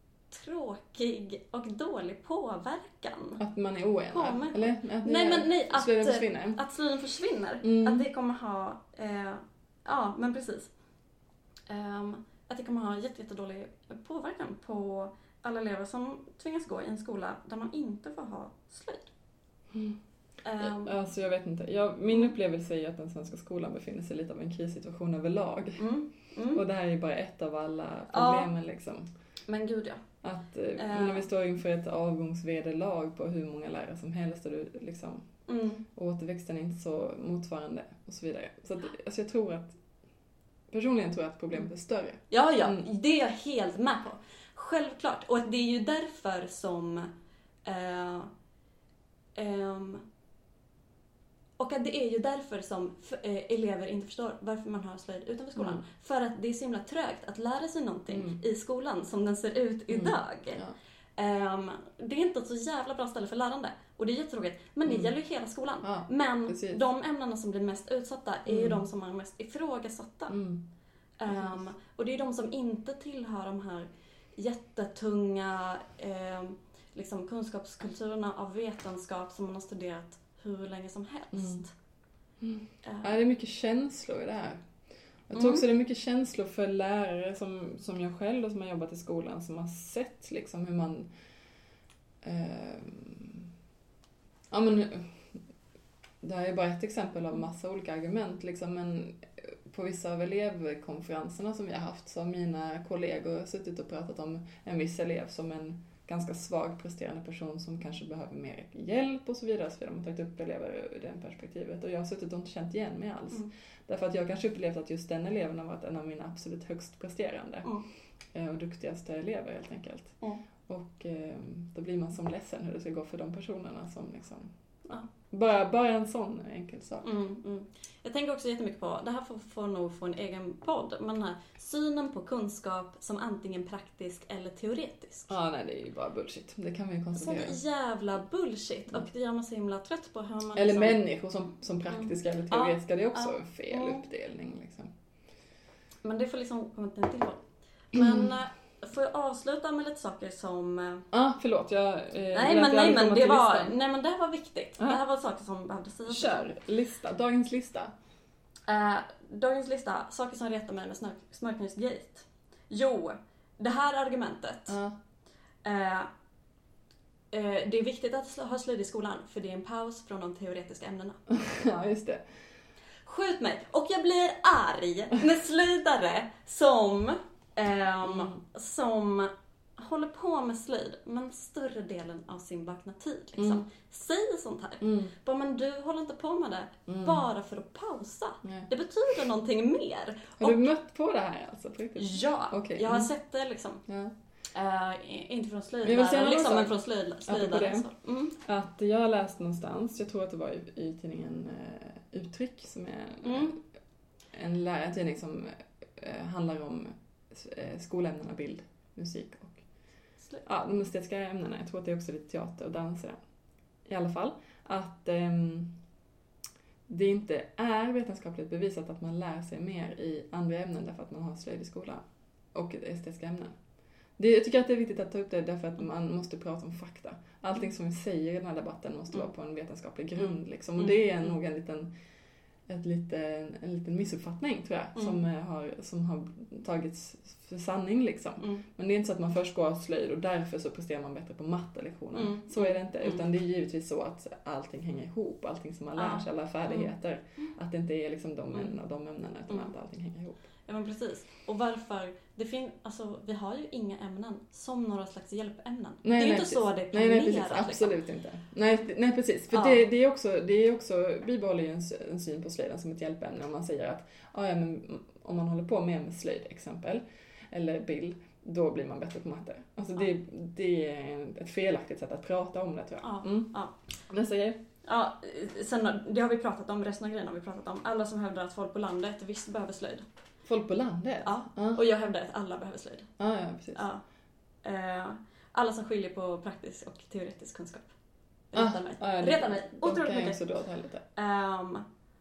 tråkig och dålig påverkan. Att man är oenad? Eller att nej, men nej, att slöjden försvinner? Att slöjden försvinner. Mm. Att det kommer ha... Eh, ja, men precis. Um, att det kommer ha jättedålig påverkan på alla elever som tvingas gå i en skola där man inte får ha slöjd. Mm. Um, alltså jag vet inte. Jag, min upplevelse är att den svenska skolan befinner sig lite av en krissituation överlag. Mm, mm. Och det här är bara ett av alla problemen ja, liksom. Men gud ja. Att eh, uh. när vi står inför ett avgångsvederlag på hur många lärare som helst och du liksom mm. återväxten är inte så motsvarande och så vidare. Så att, alltså jag tror att personligen tror jag att problemet är större. Ja, ja. Mm. Det är jag helt med på. Självklart. Och det är ju därför som... Uh, um, och att det är ju därför som f- eh, elever inte förstår varför man har slöjd utanför skolan. Mm. För att det är så himla trögt att lära sig någonting Mm. i skolan som den ser ut idag. Mm. Ja. Um, det är inte ett så jävla bra ställe för lärande. Och det är jättetråkigt. Men det Mm. gäller ju hela skolan. Ja, men precis. de ämnena som blir mest utsatta är Mm. ju de som är mest ifrågasatta. Mm. Um, och det är de som inte tillhör de här jättetunga um, liksom kunskapskulturerna av vetenskap som man har studerat hur länge som helst. Mm. Uh, Ja, det är mycket känslor i det här. Jag tror Mm. också det är mycket känslor för lärare som, som jag själv och som har jobbat i skolan som har sett liksom hur man eh, ja men det här är bara ett exempel av massa olika argument liksom, men på vissa av elevkonferenserna som vi har haft så har mina kollegor suttit och pratat om en viss elev som en ganska svag presterande person som kanske behöver mer hjälp och så vidare. Så vidare. Man har tagit upp elever ur det perspektivet. Och jag har suttit och inte känt igen mig alls. Mm. Därför att jag kanske upplevt att just den eleven har varit en av mina absolut högst presterande Mm. och duktigaste elever helt enkelt. Mm. Och eh, då blir man som ledsen hur det ska gå för de personerna som liksom... Ja. Bara, bara en sån enkel sak. Mm, mm. Jag tänker också jättemycket på, det här får, får nog få en egen podd, men den här synen på kunskap som antingen praktisk eller teoretisk. Ja, nej, det är ju bara bullshit. Det kan vi ju Så konstatera. det är jävla bullshit och det gör man så himla trött på hur man... Eller liksom... människor som, som praktiska Mm. eller teoretiska, det är också Ja. en fel Mm. uppdelning liksom. Men det får liksom komma till en till. Men äh, får jag avsluta med lite saker som... Äh... Ja, ah, förlåt. Jag, eh, nej, men, nej, men det var, nej men det här var viktigt. Ja. Det här var saker som behövde sägas. Kör, lista. Dagens lista. Äh, dagens lista, saker som retar mig med smör, smörknusgate. Jo, det här argumentet. Ja. Äh, äh, det är viktigt att ha slöjd i skolan för det är en paus från de teoretiska ämnena. Ja, just det. Skjut mig! Och jag blir arg med slöjdare som, ähm, Mm. som håller på med slöjd men större delen av sin vakna tid. Liksom. Mm. Säger sånt här. Mm. Bara, men du håller inte på med det Mm. bara för att pausa. Nej. Det betyder någonting mer. Har du Och- mött på det här alltså? På riktigt? Ja, Okej. jag har Mm. sett det liksom. Ja. Uh, inte från Men jag vill säga slöjdlärare en liksom, annan men sak. från slöjd, Apropå slöjdlärare. det. Så. Mm. Att jag har läst någonstans, jag tror att det var i, i tidningen eh, Uttryck som är Mm. eh, en lärartidning som eh, handlar om eh, skolämnena bild, musik och Slöjd. ja, de estetiska ämnena. Jag tror att det är också lite teater och dans i det. I alla fall. Att ehm, det inte är vetenskapligt bevisat att man lär sig mer i andra ämnen därför att man har slöjd i skolan. Och estetiska ämnen. Det, jag tycker att det är viktigt att ta upp det därför att man måste prata om fakta. Allting som vi säger i den här debatten måste vara på en vetenskaplig grund. Liksom. Och det är nog en liten, ett liten, en liten missuppfattning tror jag. Mm. Som, eh, har, som har tagits för sanning liksom. Mm. Men det är inte så att man först går av slöjd och därför så presterar man bättre på mattelektionen. Mm. Så är det inte. Mm. Utan det är givetvis så att allting hänger ihop. Allting som man lär Ja. sig, alla färdigheter. Att det inte är liksom de Mm. ämnena och de ämnena utan Mm. att allting hänger ihop. Ja men precis. Och varför? Det fin- alltså, vi har ju inga ämnen som några slags hjälpämnen. Nej, det är ju nej, inte precis. så det är Nej, planerat. nej, precis. liksom. Absolut inte. Nej, nej, precis. För Ja. det, det är också, det är också bibehåller ju en, en syn på slöjden som ett hjälpämne. Om man säger att ah, ja, men om man håller på med, med slöjd exempel, eller bild, då blir man bättre på matte. Alltså Ja. det, det är ett felaktigt sätt att prata om det tror jag. Ja. Mm. Ja. Nästa grej. Ja, sen, det har vi pratat om, resten av grejerna har vi pratat om. Alla som hävdar att folk på landet visst behöver slöjd. Folk på landet? Ja, ah. och jag hävdar att alla behöver slöjd. Ah, ja, precis. Ja. Eh, alla som skiljer på praktisk och teoretisk kunskap. Reta ah, mig. Ah, ja, Reta mig. Otroligt mycket. mycket. Så då, helvete. Um,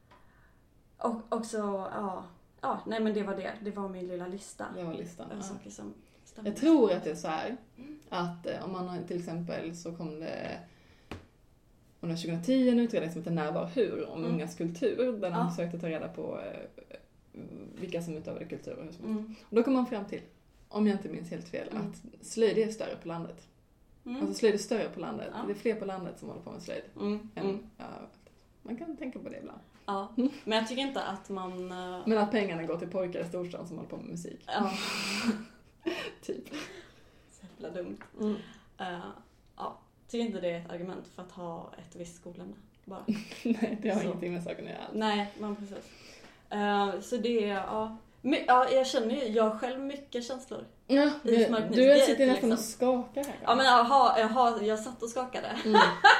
och också, ja, ja, nej men det var det. Det var min lilla lista. Det var listan. Över Ja. saker som stämmer. Jag tror att det är så här att eh, om man har till exempel så kom det under tjugohundratio en utredning som heter När, var, hur om Mm. ungas kultur där de Ja. försökte ta reda på eh, vilka som utövade kultur och hur som helst. Mm. Och då kom man fram till, om jag inte minns helt fel, Mm. att slöjd är större på landet. Mm. Alltså slöjd är större på landet. Ja. Det är fler på landet som håller på med slöjd. Mm. Än, Mm. ja, man kan tänka på det ibland. Ja, men jag tycker inte att man... Uh... Men att pengarna går till pojkar i storstan som håller på med musik. Ja. Typ. Så jävla dumt. Mm. Uh, ja, tycker inte det är ett argument för att ha ett visst skolämne. Bara. Nej, det har Så. ingenting med saken att göra alls. Nej, man precis. Uh, så det är, ja... My, ja, jag känner ju, jag har själv mycket känslor. Ja, I du, Smart News du Gate, sitter nästan och liksom. skakar här. Ja, men jaha, jaha, jag satt och skakade. Mm.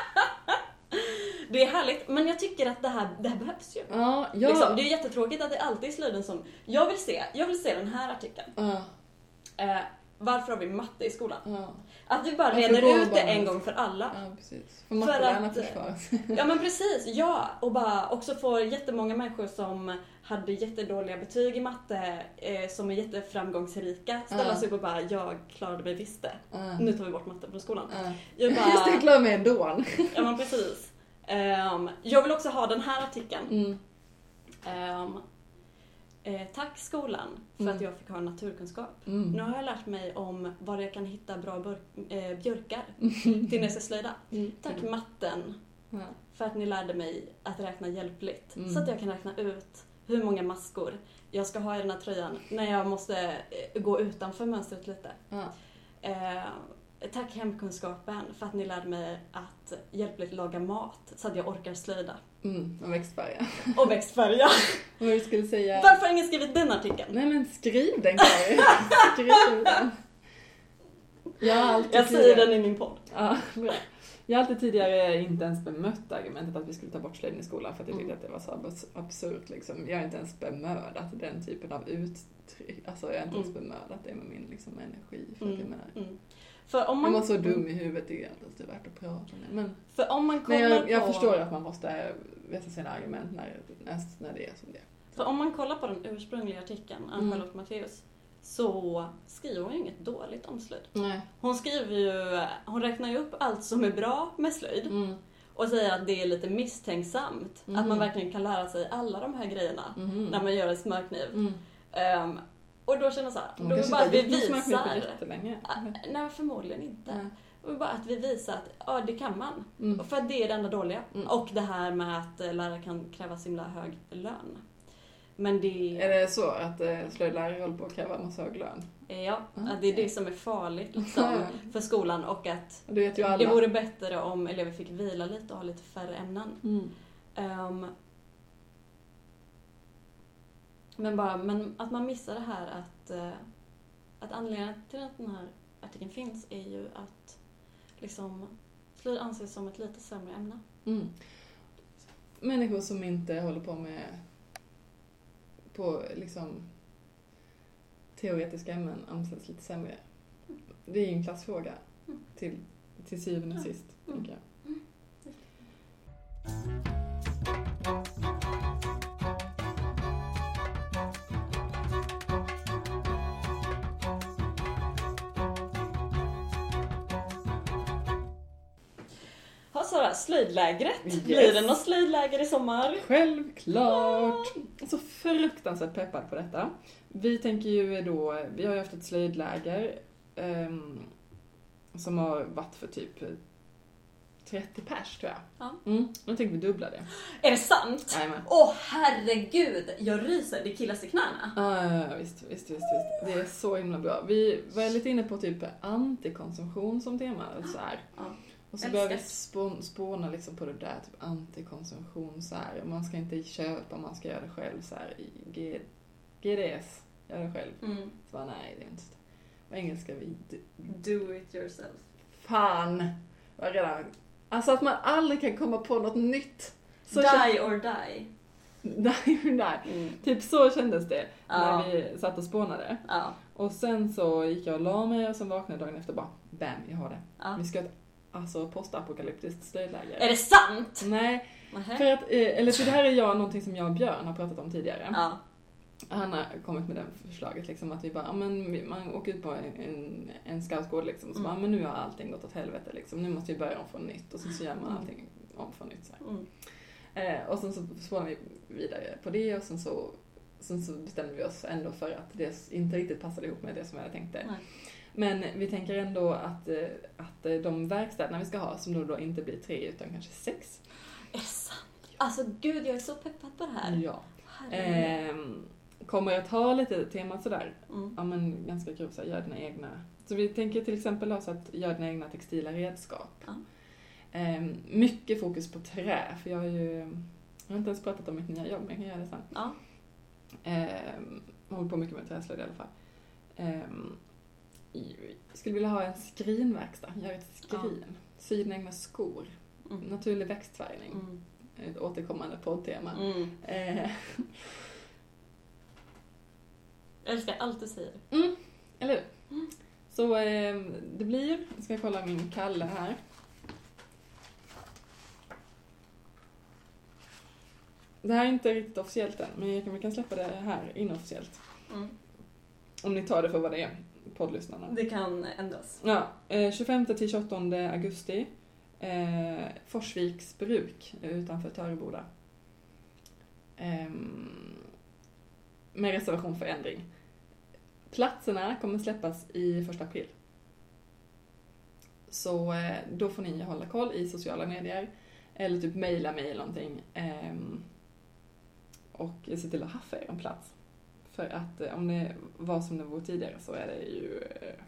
Det är härligt, men jag tycker att det här, det här behövs ju. Ja, ja. Liksom, det är jättetråkigt att det alltid är slöjden som... Jag vill se, jag vill se den här artikeln. Ja, Eh, varför har vi matte i skolan? ja. Att vi bara Varför reder går ut det bara- en gång för alla. Ja, precis. För mattelärarna att- försvaras. Ja men precis, ja. Och bara också får jättemånga människor som hade jättedåliga betyg i matte, eh, som är jätteframgångsrika, ställa Ja. sig upp och bara, jag klarade mig visst det. Ja. Nu tar vi bort matte från skolan. Ja. Jag Just det, jag bara, klarar mig ändå. ja men precis. Ehm, jag vill också ha den här artikeln. Mm. Ehm, eh, tack skolan för Mm. att jag fick ha naturkunskap. Mm. Nu har jag lärt mig om var jag kan hitta bra burk, eh, björkar till när jag ska slöjda. Mm. Tack matten Ja. för att ni lärde mig att räkna hjälpligt. Mm. Så att jag kan räkna ut hur många maskor jag ska ha i den här tröjan när jag måste eh, gå utanför mönstret lite. Ja. Eh, tack hemkunskapen för att ni lärde mig att hjälpligt laga mat så att jag orkar slöjda. Mm. Och växtfärga. Och växtfärga. Och du skulle säga... Varför har ingen skrivit den artikeln? Nej men skriv den Kari. Skriv den. Jag har alltid Jag säger tidigare... den i min podd. Ja, bra. Jag har alltid tidigare inte ens bemött argumentet att vi skulle ta bort slöjden i skolan för att jag tyckte Mm. att det var så abs- absurt liksom. Jag har inte ens bemödat den typen av uttryck. Alltså jag har inte ens Mm. bemödat det med min liksom, energi. För att jag Mm. menar... Mm. För om Jag man, var så dum i huvudet, det är inte alltid värt att prata med. Men, för om man men kollar jag, jag på... förstår att man måste veta sina argument när, när, när det är som det är. För om man kollar på den ursprungliga artikeln, Ann-Charlotte Mm. Matteus, så skriver hon ju inget dåligt om slöjd. Nej. Hon skriver ju, hon räknar ju upp allt som är bra med slöjd Mm. och säger att det är lite misstänksamt. Mm. Att man verkligen kan lära sig alla de här grejerna Mm. när man gör en smörkniv. Mm. Um, och då känner jag så här, Hon då vill kanske bara att inte vi har gjort någon smörkniv på visar... jättelänge. Ah, nej, förmodligen inte. Nej. Och bara att vi visar att ja, det kan man. Mm. För att det är det enda dåliga. Mm. Och det här med att eh, lärare kan kräva så himla hög lön. Men det Är det så att eh, slöjdlärare håller på att kräva massa hög lön? Ja, Mm. att det är det som är farligt liksom, för skolan och att Och det vet ju alla. det vore bättre om elever fick vila lite och ha lite färre ämnen. Mm. Um, men, bara, men att man missar det här att, uh, att anledningen till att den här artikeln finns är ju att liksom, slöjd anses som ett lite sämre ämne. Mm. Människor som inte håller på med på liksom teoretiska ämnen anses lite sämre. Det är ju en klassfråga Mm. till, till syvende och Ja. sist, Mm. tänker jag. Mm. Ha Sara, slöjdlägret. Yes. Blir det något slöjdläger i sommar? Självklart! Så fruktansvärt peppad på detta. Vi tänker ju då, vi har ju haft ett slöjdläger um, som har varit för typ trettio pers tror jag. Ja. Mm. Nu tänker vi dubbla det. Är det sant? Jajamän. Åh herregud, jag ryser, det killas i knäna. Ja, ja, ja, visst, visst, visst, visst. Det är så himla bra. Vi var lite inne på typ antikonsumtion som tema. Så här. Ja. Och så Älskar. började vi spåna, spåna liksom på det där, typ antikonsumtion så här. Man ska inte köpa, man ska göra det själv så här i G- G D S. Gör det själv. Mm. Så bara, nej, det är inte så. På engelska vi... d- Do it yourself. Fan! Jag har redan Alltså att man aldrig kan komma på något nytt. Så die känns... or die. Die or die. Mm. Typ så kändes det Ja. när vi satt och spånade. Ja. Och sen så gick jag och la mig och sen vaknade dagen efter bara, bam, jag har det. Ja. Vi ska ha ett alltså, postapokalyptiskt slöjdläger. Är det sant? Nej, Nähä. för att, eh, eller för det här är jag någonting som jag och Björn har pratat om tidigare. Ja. Han har kommit med det förslaget liksom att vi bara, ja, men vi, man åker ut på en, en, en scoutgård liksom, så Mm. bara, men nu har allting gått åt helvete liksom, nu måste vi börja om från nytt och sen så gör man allting om från nytt så här. Mm. Eh, och sen så spånar vi vidare på det och sen så, sen så bestämde vi oss ändå för att det inte riktigt passade ihop med det som jag tänkte. Nej. Men vi tänker ändå att, eh, att eh, de verkstäderna vi ska ha, som då, då inte blir tre utan kanske sex. Är det sant? Alltså gud, jag är så peppad på det här. Ja. Herregud. Eh, kommer att ha lite temat sådär, Mm. ja men ganska grovt såhär, gör dina egna. Så vi tänker till exempel också att gör dina egna textila redskap. Ja. Eh, mycket fokus på trä, för jag har ju, jag har inte ens pratat om mitt nya jobb, men jag kan göra det sen. Ja. Eh, jag håller på mycket med träslöjd i alla fall. Eh, jag skulle vilja ha en skrinverkstad, göra ett skrin. Ja. Sy dina egna skor. Mm. Naturlig växtfärgning. Mm. Ett återkommande poddtema. Mm. Eh, Jag älskar allt du säger. mm, eller hur? Mm. Så eh, det blir, jag ska kolla min Kalle här. Det här är inte riktigt officiellt än, men jag kan, vi kan släppa det här inofficiellt. Mm. Om ni tar det för vad det är, poddlyssnarna. Det kan ändras. Ja, eh, tjugofemte till tjugoåttonde augusti. Eh, Forsviks bruk utanför Töreboda. Eh, med reservation för ändring. Platserna kommer släppas i första april. Så eh, då får ni hålla koll i sociala medier. Eller typ mejla mig eller någonting. Eh, och se till att haffa er en plats. För att eh, om det var som det var tidigare så är det ju eh,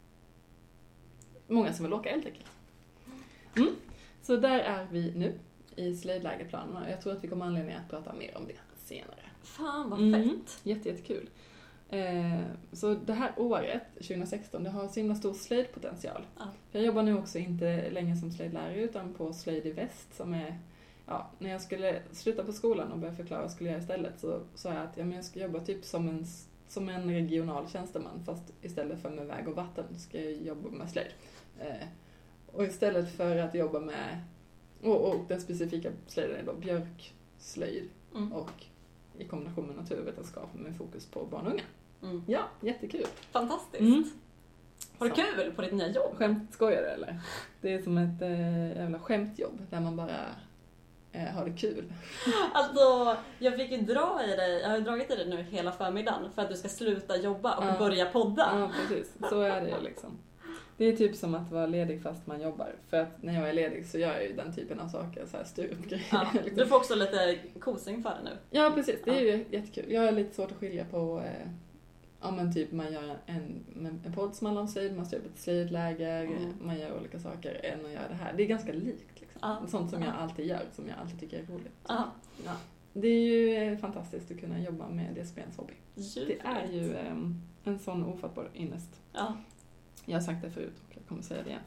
många som vill åka helt enkelt. Mm. Så där är vi nu i slöjdlägerplanerna. Jag tror att vi kommer anledning att prata mer om det senare. Fan vad Mm. fett. Jätte, jättekul. Eh, så det här året, tjugohundrasexton, det har så himla stor slöjdpotential. Ja. Jag jobbar nu också inte längre som slöjdlärare utan på Slöjd i Väst som är, ja, när jag skulle sluta på skolan och börja förklara vad jag skulle göra istället så sa jag att ja, men jag ska jobba typ som en, som en regional tjänsteman fast istället för med väg och vatten ska jag jobba med slöjd. Eh, och istället för att jobba med, och, och den specifika slöjden är då björkslöjd Mm. och i kombination med naturvetenskap med fokus på barn och unga. Mm. Ja, jättekul. Fantastiskt. Mm. Har du Så. kul på ditt nya jobb? Skämt, skojar du eller? Det är som ett eh, jävla skämtjobb där man bara eh, har det kul. Alltså, jag fick ju dra i dig, jag har ju dragit i dig nu hela förmiddagen för att du ska sluta jobba och Ja. börja podda. Ja, precis. Så är det ju liksom. Det är typ som att vara ledig fast man jobbar. För att när jag är ledig så gör jag ju den typen av saker, så här Sturup-grejer. Ja, liksom. du får också lite kosing för det nu. Ja, precis. Det är ju jättekul. Jag har lite svårt att skilja på, eh, ja men typ man gör en, en podd som handlar om slöjd, man står upp ett slöjdläger, Mm. man gör olika saker än att göra det här. Det är ganska likt liksom. Ja. Sånt som Ja. jag alltid gör, som jag alltid tycker är roligt. Ja. Ja. Det är ju eh, fantastiskt att kunna jobba med det som är ens hobby. Det är ju eh, en sån ofattbar ynnest. Ja. Jag har sagt det förut och jag kommer säga det igen.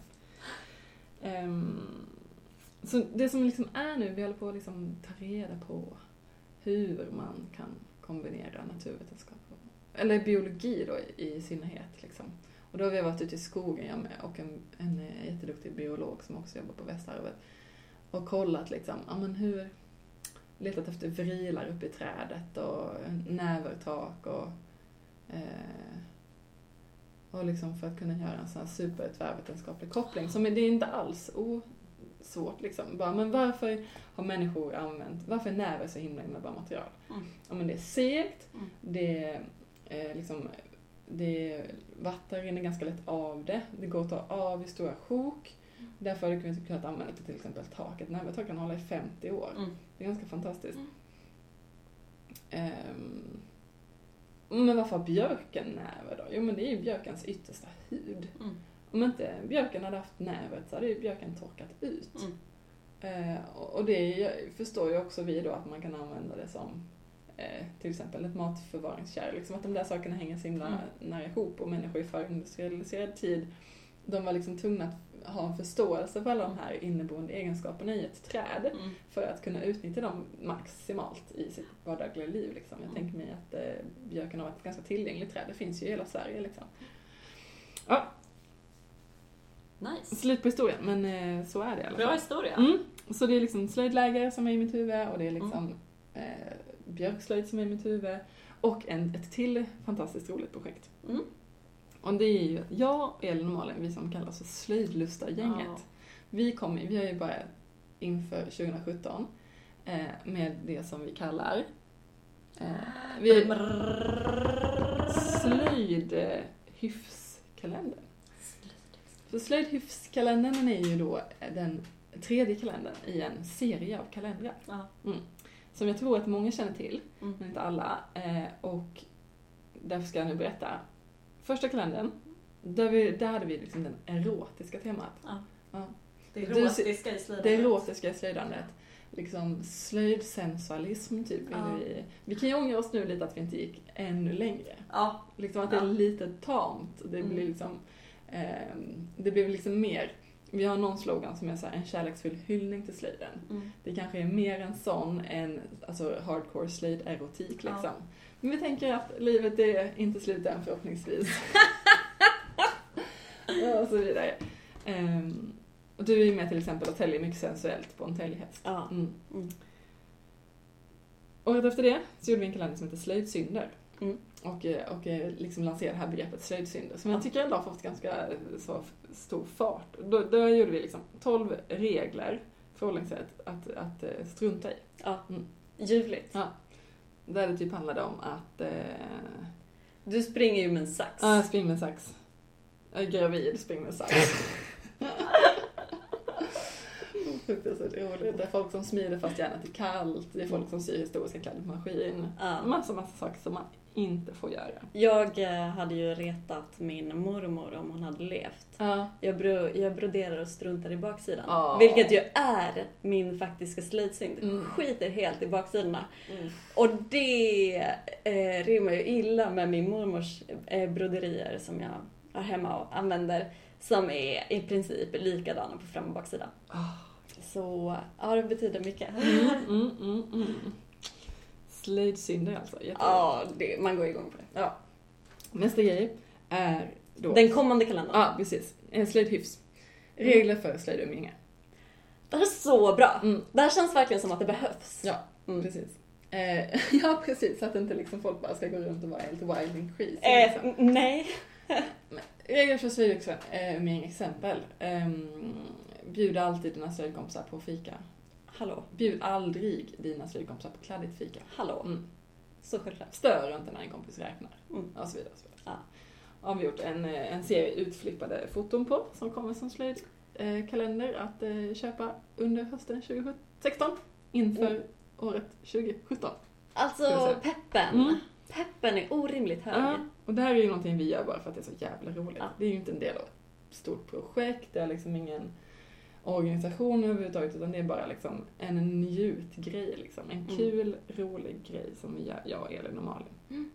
Um, så det som liksom är nu, vi håller på att liksom ta reda på hur man kan kombinera naturvetenskap och, eller biologi då i, i synnerhet. Liksom. Och då har vi varit ute i skogen jag med och en, en jätteduktig biolog som också jobbar på Västarvet och kollat liksom, ja men hur, letat efter vrilar uppe i trädet och nävertak och eh, och liksom för att kunna göra en sån här supertvärvetenskaplig koppling. Så det är inte alls osvårt liksom. Bara, men varför har människor använt, varför är näver så himla himla bra material? Mm. Ja, men det är segt, Mm. det är liksom, det vatten rinner ganska lätt av det, det går att ta av i stora sjok. Mm. Därför har vi kunnat använda det till exempel taket. Nävertak kan hålla i femtio år. Mm. Det är ganska fantastiskt. Mm. Um, Men varför har björken näver då? Jo, men det är ju björkens yttersta hud. Mm. Om inte björken hade haft nävret så hade ju björken torkat ut. Mm. Eh, och det förstår ju också vi då att man kan använda det som eh, till exempel ett matförvaringskärl. Liksom att de där sakerna hänger så himla Mm. nära ihop och människor i förindustrialiserad tid, de var liksom tvungna att ha en förståelse för alla de här inneboende egenskaperna i ett träd Mm. för att kunna utnyttja dem maximalt i sitt vardagliga liv. Liksom. Jag Mm. tänker tänker mig att eh, björken har varit ett ganska tillgängligt träd. Det finns ju i hela Sverige. Liksom. Ja, Nice. slut på historien, men eh, så är det i alla fall. Bra historia. Mm. Så det är liksom slöjdläger som är i mitt huvud och det är liksom mm. eh, björkslöjd som är i mitt huvud och en, ett till fantastiskt roligt projekt. Mm. Och det är ju jag och Elin och Malin, vi som kallas för Slöjdlusta-gänget. Ja. Vi, Vi, vi har ju börjat inför tjugo sjutton eh, med det som vi kallar eh, vi, Slöjdhyfskalendern. Så Slöjdhyfskalendern är ju då den tredje kalendern i en serie av kalendrar. Ja. Mm. Som jag tror att många känner till, Mm. men inte alla. Eh, och därför ska jag nu berätta. Första kalendern, där, vi, där hade vi liksom den erotiska temat. Ja. Ja. Det Du- erotiska i slöjdandet. Det erotiska i slöjdandet. Liksom slöjdsensualism typ. Ja. Vi, vi kan ju ångra oss nu lite att vi inte gick ännu längre. Ja. Liksom att Ja. det är lite tamt. Det Mm. blir liksom, eh, det blir liksom mer. Vi har någon slogan som är så här, en kärleksfull hyllning till slöjden. Mm. Det kanske är mer en sån än alltså hardcore slöjd-erotik liksom. Ja. Men vi tänker att livet är inte slut än förhoppningsvis. Ja, och så vidare. Um, och du är ju med till exempel och täljer mycket sensuellt på en täljhäst. Ja. Mm. Mm. Året efter det så gjorde vi en kalender som heter Slöjdsynder. Mm. Och, och liksom lanserade det här begreppet slöjdsynder. Som jag Ja. tycker ändå har fått ganska så stor fart. Då, då gjorde vi liksom tolv regler, förhållningssätt, att, att eh, strunta i. Ja. Mm. Ljuvligt. Ja. Där det typ handlade om att... Eh, Du springer ju med en sax. ja, spring med sax. Jag är gravid, spring med sax. Fruktansvärt roligt. Det är folk som smider fast järnet är kallt. Det är folk som syr historiska kläder på maskin. Ja. Massa, massa saker som man inte får göra. Jag eh, hade ju retat min mormor om hon hade levt. Ja. Jag, bro, jag broderar och struntar i baksidan. Ja. Vilket ju är min faktiska slöjdsynd. Mm. Skiter helt i baksidorna. Mm. Och det eh, rimmar ju illa med min mormors eh, broderier som jag har hemma och använder. Som är i princip likadana på fram- och baksida. Oh. Så ja, det betyder mycket. Mm, mm, mm, mm. Slöjdsynder alltså. Jättebra. Ja, det, man går igång på det. Ja. Nästa grej är då... Den kommande kalendern. Ja, precis. En slöjdhyfs. Regler för slöjdumgänge. Det här är så bra. Mm. Det här känns verkligen som att det behövs. Ja, Mm. precis. Eh, ja, precis. Så att inte liksom folk bara ska gå runt och vara helt wild and crazy. Eh, liksom. n- nej. Regler för slöjdumgänge, exempel. Um, bjud alltid dina slöjdkompisar på fika. Hallå. Bjud aldrig dina slöjdkompisar på kladdigt fika. Hallå. Mm. Så självklart. Stör inte när en kompis räknar. Mm. Och så vidare. Och så vidare. Ja. Har vi gjort en, en serie utflippade foton på som kommer som slöjdkalender att eh, köpa under hösten tjugo sexton inför Mm. året tjugo sjutton. Ska vi Alltså säga. peppen. Mm. Peppen är orimligt hög. Ja, och det här är ju någonting vi gör bara för att det är så jävla roligt. Ja. Det är ju inte en del av ett stort projekt, det är liksom ingen organisation överhuvudtaget, utan det är bara liksom en njutgrej, liksom. En Mm. kul, rolig grej som vi gör, jag, Elin och Malin. Mm.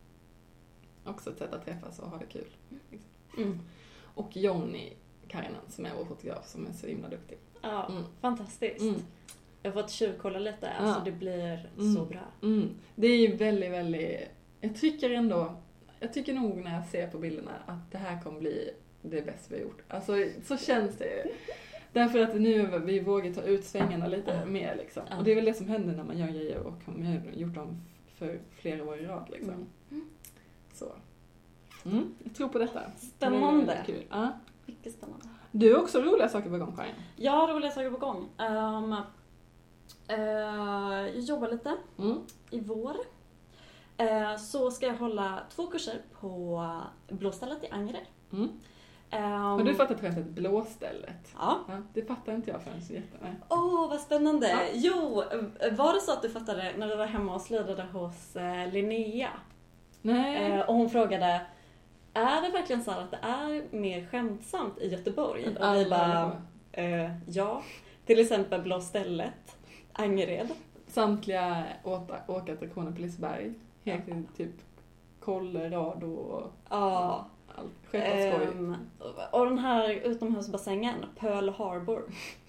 Också ett sätt att träffas och ha det kul. Liksom. Mm. Och Jonny Karinen som är vår fotograf som är så himla duktig. Ja, Mm. fantastiskt. Mm. Jag har fått tjuvkolla lite, alltså det blir Mm. så bra. Mm. Det är ju väldigt, väldigt... Jag tycker ändå... Jag tycker nog när jag ser på bilderna att det här kommer bli det bästa vi har gjort. Alltså, så känns det. Därför att nu vi vågar ta ut svängarna lite Ja. mer liksom. Ja. Och det är väl det som händer när man gör grejer och har gjort dem för flera år i rad liksom. Mm. Så. Mm. Jag tror på detta. Spännande. Det är kul. Ja. Mycket spännande. Du har också roliga saker på gång, Karin. Jag har roliga saker på gång. Um, uh, jag jobbar lite Mm. i vår. Uh, så ska jag hålla två kurser på Blåstället i Angered. Mm. Um, Har du fattat skämtet blåstället? Ja. Ja, det fattar inte jag förrän så jätte. Åh, oh, vad spännande! Ja. Jo, var det så att du fattade när vi var hemma och slöjdade hos uh, Linnea? Nej. Uh, och hon frågade, är det verkligen så här att det är mer skämtsamt i Göteborg? Att Och vi alla bara, uh, ja. Till exempel Blåstället, Angered. Samtliga åta- åkattraktioner på Liseberg. Helt typ Colorado och... Ja. allt. Självklart skoj. Um, och den här utomhusbassängen, Pearl Harbor.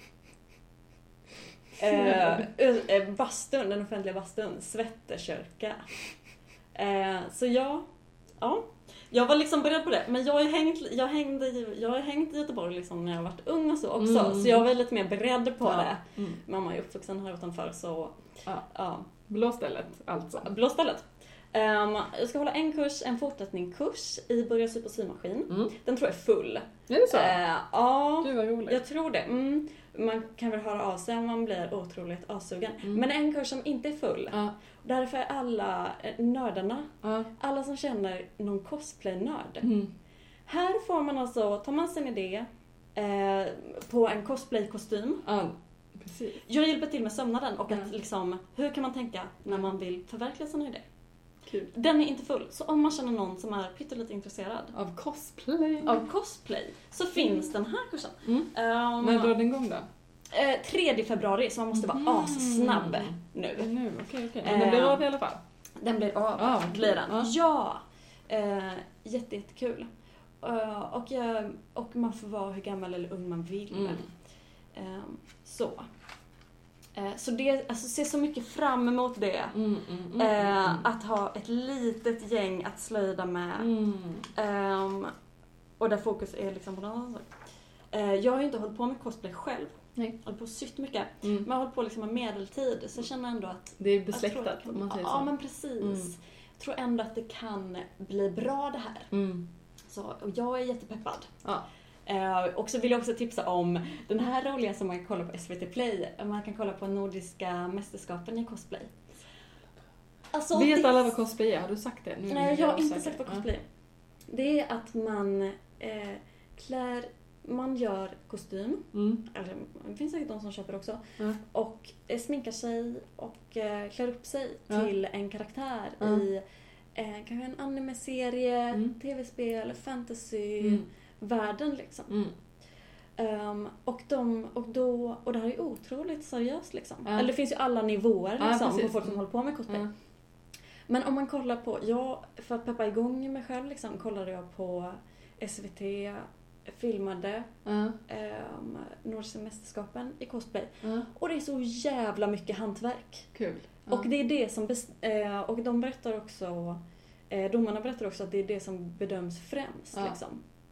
uh, bastun, den offentliga bastun, Svettekyrka. Uh, så ja, ja. Jag var liksom beredd på det, men jag har hängt, jag hängde, jag har hängt i Göteborg liksom när jag varit ung och så också, mm. så jag var lite mer beredd på ja. det. Mm. Mamma är uppvuxen här utanför, så ja. ja. Blåstället alltså. Blåstället. Um, jag ska hålla en kurs, en fortsättningskurs i börja sy på symaskin. Mm. Den tror jag är full. Är det så? Uh, ja, Gud vad roligt. Jag tror det. Mm. Man kan väl höra av sig om man blir otroligt avsugen. Mm. Men en kurs som inte är full. Uh. Därför är alla nördarna, uh. alla som känner någon cosplay-nörd. Mm. Här får man alltså, tar man sin idé eh, på en cosplay-kostym. Uh. Precis. Jag hjälper till med sömnaden och uh. att liksom, hur kan man tänka när man vill förverkliga sina idéer. Kul. Den är inte full. Så om man känner någon som är pyttelite intresserad av cosplay, av cosplay så mm. finns den här kursen. Mm. Um, När drar den igång då? Eh, tredje februari, så man måste vara mm. assnabb nu. nu okay, okay. Men den blir av i alla fall? Den blir av, ah, okay. blir den. Ah. Ja! Eh, jätte, jättekul. Uh, och, uh, och man får vara hur gammal eller ung man vill. Mm. Uh, så. Så det, alltså, ser så mycket fram emot det. Mm, mm, mm, eh, mm. Att ha ett litet gäng att slöjda med. Mm. Um, och där fokus är liksom på något annat. Eh, jag har ju inte hållit på med cosplay själv. Nej. Jag har hållit på sytt mycket. Mm. Men jag har hållit på liksom med medeltid. Så jag känner ändå att... Det är besläktat kan, om man säger ja, så. Ja, men precis. Mm. Jag tror ändå att det kan bli bra det här. Mm. Så, och jag är jättepeppad. Ja. Uh, och så vill jag också tipsa om den här roliga som man kan kolla på S V T Play. Man kan kolla på Nordiska mästerskapen i cosplay. Alltså, vet det... alla vad cosplay är? Har du sagt det? Nu Nej, jag har inte sagt vad cosplay är. Ja. Det är att man eh, klär, man gör kostym. Mm. Eller, det finns säkert de som köper också. Mm. Och eh, sminkar sig och eh, klär upp sig mm. till en karaktär mm. i eh, kanske en anime-serie, mm. tv-spel, fantasy... Mm. världen liksom. Mm. Um, och, de, och, då, och det här är otroligt seriöst liksom. Ja. Eller det finns ju alla nivåer liksom, ja, på folk som mm. håller på med cosplay. Ja. Men om man kollar på, ja, för att peppa igång mig själv liksom, kollade jag på S V T, filmade ja. um, Nordiska mästerskapen i cosplay. Ja. Och det är så jävla mycket hantverk. Kul. Ja. Och det är det som, bes- uh, och de berättar också, uh, domarna berättar också att det är det som bedöms främst ja. liksom.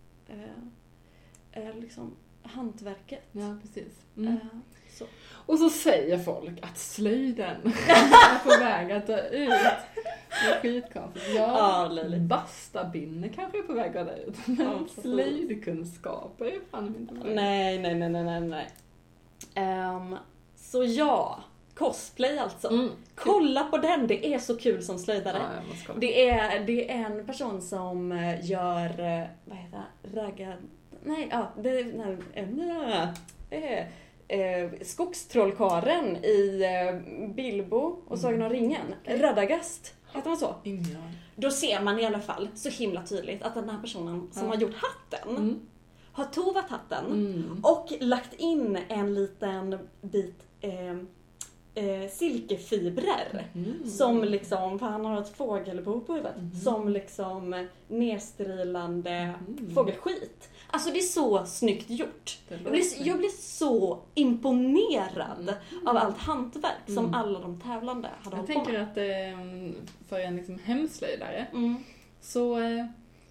Eh, liksom hantverket. Ja, precis. Mm. Eh, så. Och så säger folk att slöjden är på väg att dö ut. Det är skitkonstigt. Ja, ja bastabinne kanske är på väg att dö ut. Men ja, slöjdkunskaper är fan inte på väg. Nej, nej, nej, nej, nej. Um, så ja, cosplay alltså. Mm. Kolla på den, det är så kul som slöjdare. Ja, det, är, det är en person som gör, vad heter det, raggad, nej, ja, det nej, äh, äh, skogstrollkaren i äh, Bilbo och Sagan om ringen, okay. Radagast, heter man så? Ingen. Då ser man i alla fall så himla tydligt att den här personen som ja. har gjort hatten mm. har tovat hatten mm. och lagt in en liten bit eh, Eh, silkefibrer mm. som liksom, för han har ett fågelbo på huvudet mm. som liksom nedstrilande mm. fågelskit. Alltså det är så snyggt gjort. Jag blir, jag blir så imponerad mm. av allt hantverk som mm. alla de tävlande hade hållit på med. Jag tänker att eh, för en liksom hemslöjdare mm. så eh,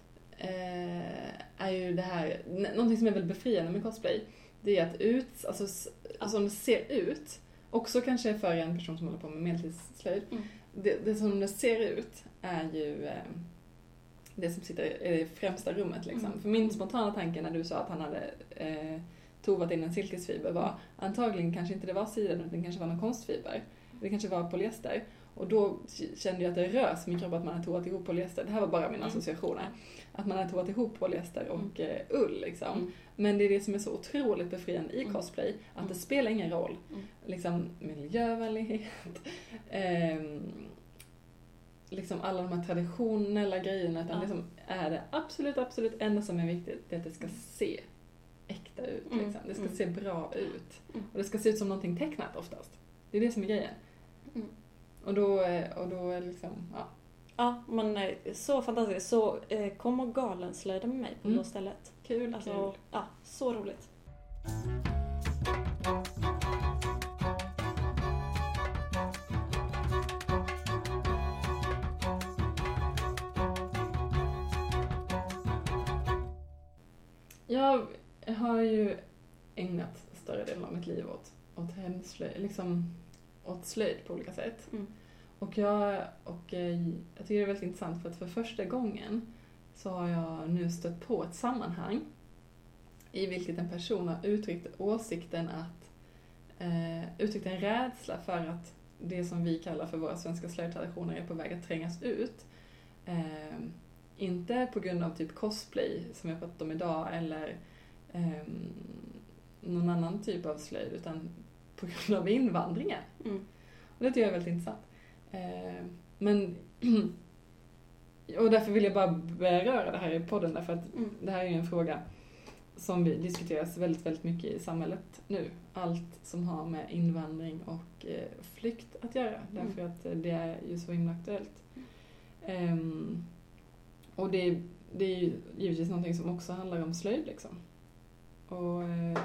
är ju det här någonting som är väldigt befriande med cosplay. Det är att ut, alltså, alltså det ser ut. Också kanske för en person som håller på med medeltidsslöjd. Mm. Det, det som det ser ut är ju eh, det som sitter i det främsta rummet. Liksom. Mm. För min spontana tanke när du sa att han hade eh, tovat in en silkesfiber var mm. antagligen kanske inte det var sidan utan det kanske var någon konstfiber. Det kanske var polyester. Och då kände jag att det rös min kropp att man hade tovat ihop polyester. Det här var bara mina mm. associationer. Att man hade tovat ihop polyester och mm. eh, ull liksom. Mm. Men det är det som är så otroligt befriande i cosplay. Att mm. det spelar ingen roll. Mm. Liksom miljövänlighet. eh, liksom alla de här traditionella grejerna. Utan det som är det absolut, absolut enda som är viktigt. Det är att det ska se äkta ut. Liksom. Det ska mm. se bra ut. Och det ska se ut som någonting tecknat oftast. Det är det som är grejen. Mm. Och då, och då är liksom, ja. Ja, men eh, så fantastiskt. Så eh, kom och galenslöjda med mig på Mm. det stället. Kul, Alltså, kul. ja, så roligt. Jag har ju ägnat större delen av mitt liv åt, åt hemslöjd, liksom åt slöjd på olika sätt. Mm. Och jag, och eh, jag tycker det är väldigt intressant för att för första gången så har jag nu stött på ett sammanhang i vilket en person har uttryckt åsikten att eh, uttryckt en rädsla för att det som vi kallar för våra svenska slöjdtraditioner är på väg att trängas ut. Eh, inte på grund av typ cosplay som jag pratat om idag eller eh, någon annan typ av slöjd utan på grund av invandringen. Mm. Och det tycker jag är väldigt intressant. Eh, men och därför vill jag bara beröra det här i podden därför att Mm. det här är ju en fråga som vi diskuteras väldigt, väldigt mycket i samhället nu. Allt som har med invandring och eh, flykt att göra. Därför Mm. att det är ju så himla aktuellt. Um, och det, det är ju givetvis någonting som också handlar om slöjd liksom. Och, eh,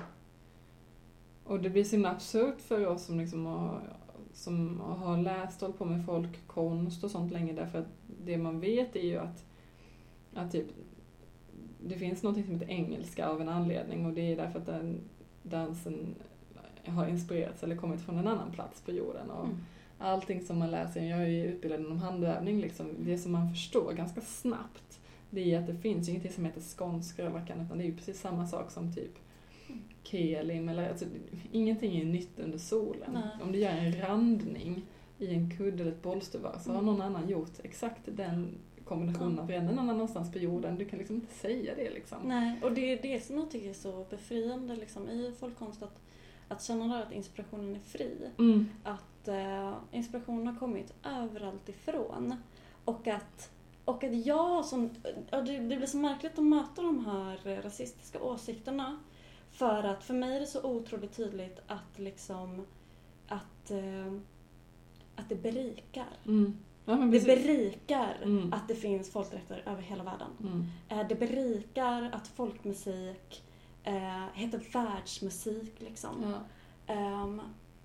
och det blir så himla absurt för oss som liksom har, som har läst och hållit på med folkkonst och sånt länge därför att det man vet är ju att, att typ det finns något som heter engelska av en anledning och det är därför att den dansen har inspirerats eller kommit från en annan plats på jorden. Och Mm. allting som man läser, jag är ju utbildad inom handvävning, liksom, det som man förstår ganska snabbt det är att det finns ingenting som heter skånsk rövarkan utan det är ju precis samma sak som typ Mm. kelim eller alltså, ingenting är nytt under solen. Nej. Om du gör en randning i en kudde eller ett bollstyvar så har Mm. någon annan gjort exakt den kombinationen av änden någon annanstans på jorden. Du kan liksom inte säga det liksom. Nej, och det är det som jag tycker är så befriande liksom, i folkkonst att, att känna där att inspirationen är fri. Mm. Att eh, inspirationen har kommit överallt ifrån. Och att, och att jag som, ja, det, det blir så märkligt att möta de här rasistiska åsikterna. För att för mig är det så otroligt tydligt att liksom att, eh, att det berikar. Mm. Ja, men Det precis. berikar Mm. att det finns folkdräkter över hela världen. Mm. Eh, Det berikar att folkmusik eh, heter världsmusik liksom. Ja. Ehm,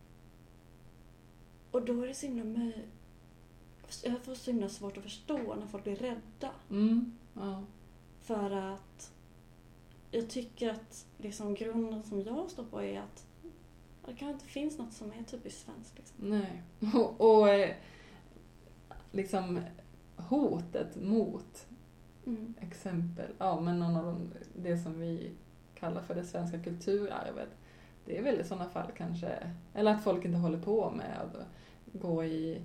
och då är det så himla möj- jag får så himla svårt att förstå när folk blir rädda. Mm. Ja. För att jag tycker att liksom grunden som jag står på är att det kanske inte finns något som är typiskt svenskt. Liksom. Nej. Och, och eh, liksom hotet mot Mm. exempel, ja men någon av de, det som vi kallar för det svenska kulturarvet, det är väl i sådana fall kanske, eller att folk inte håller på med att gå i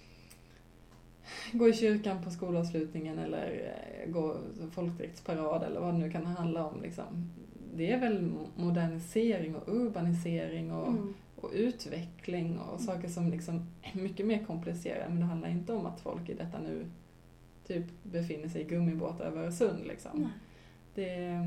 gå i kyrkan på skolavslutningen eller eh, gå folkdräktsparad eller vad det nu kan handla om liksom. Det är väl modernisering och urbanisering och, Mm. och utveckling och saker som liksom är mycket mer komplicerade, men det handlar inte om att folk i detta nu typ befinner sig i gummibåtar över Öresund liksom. Nej. Det är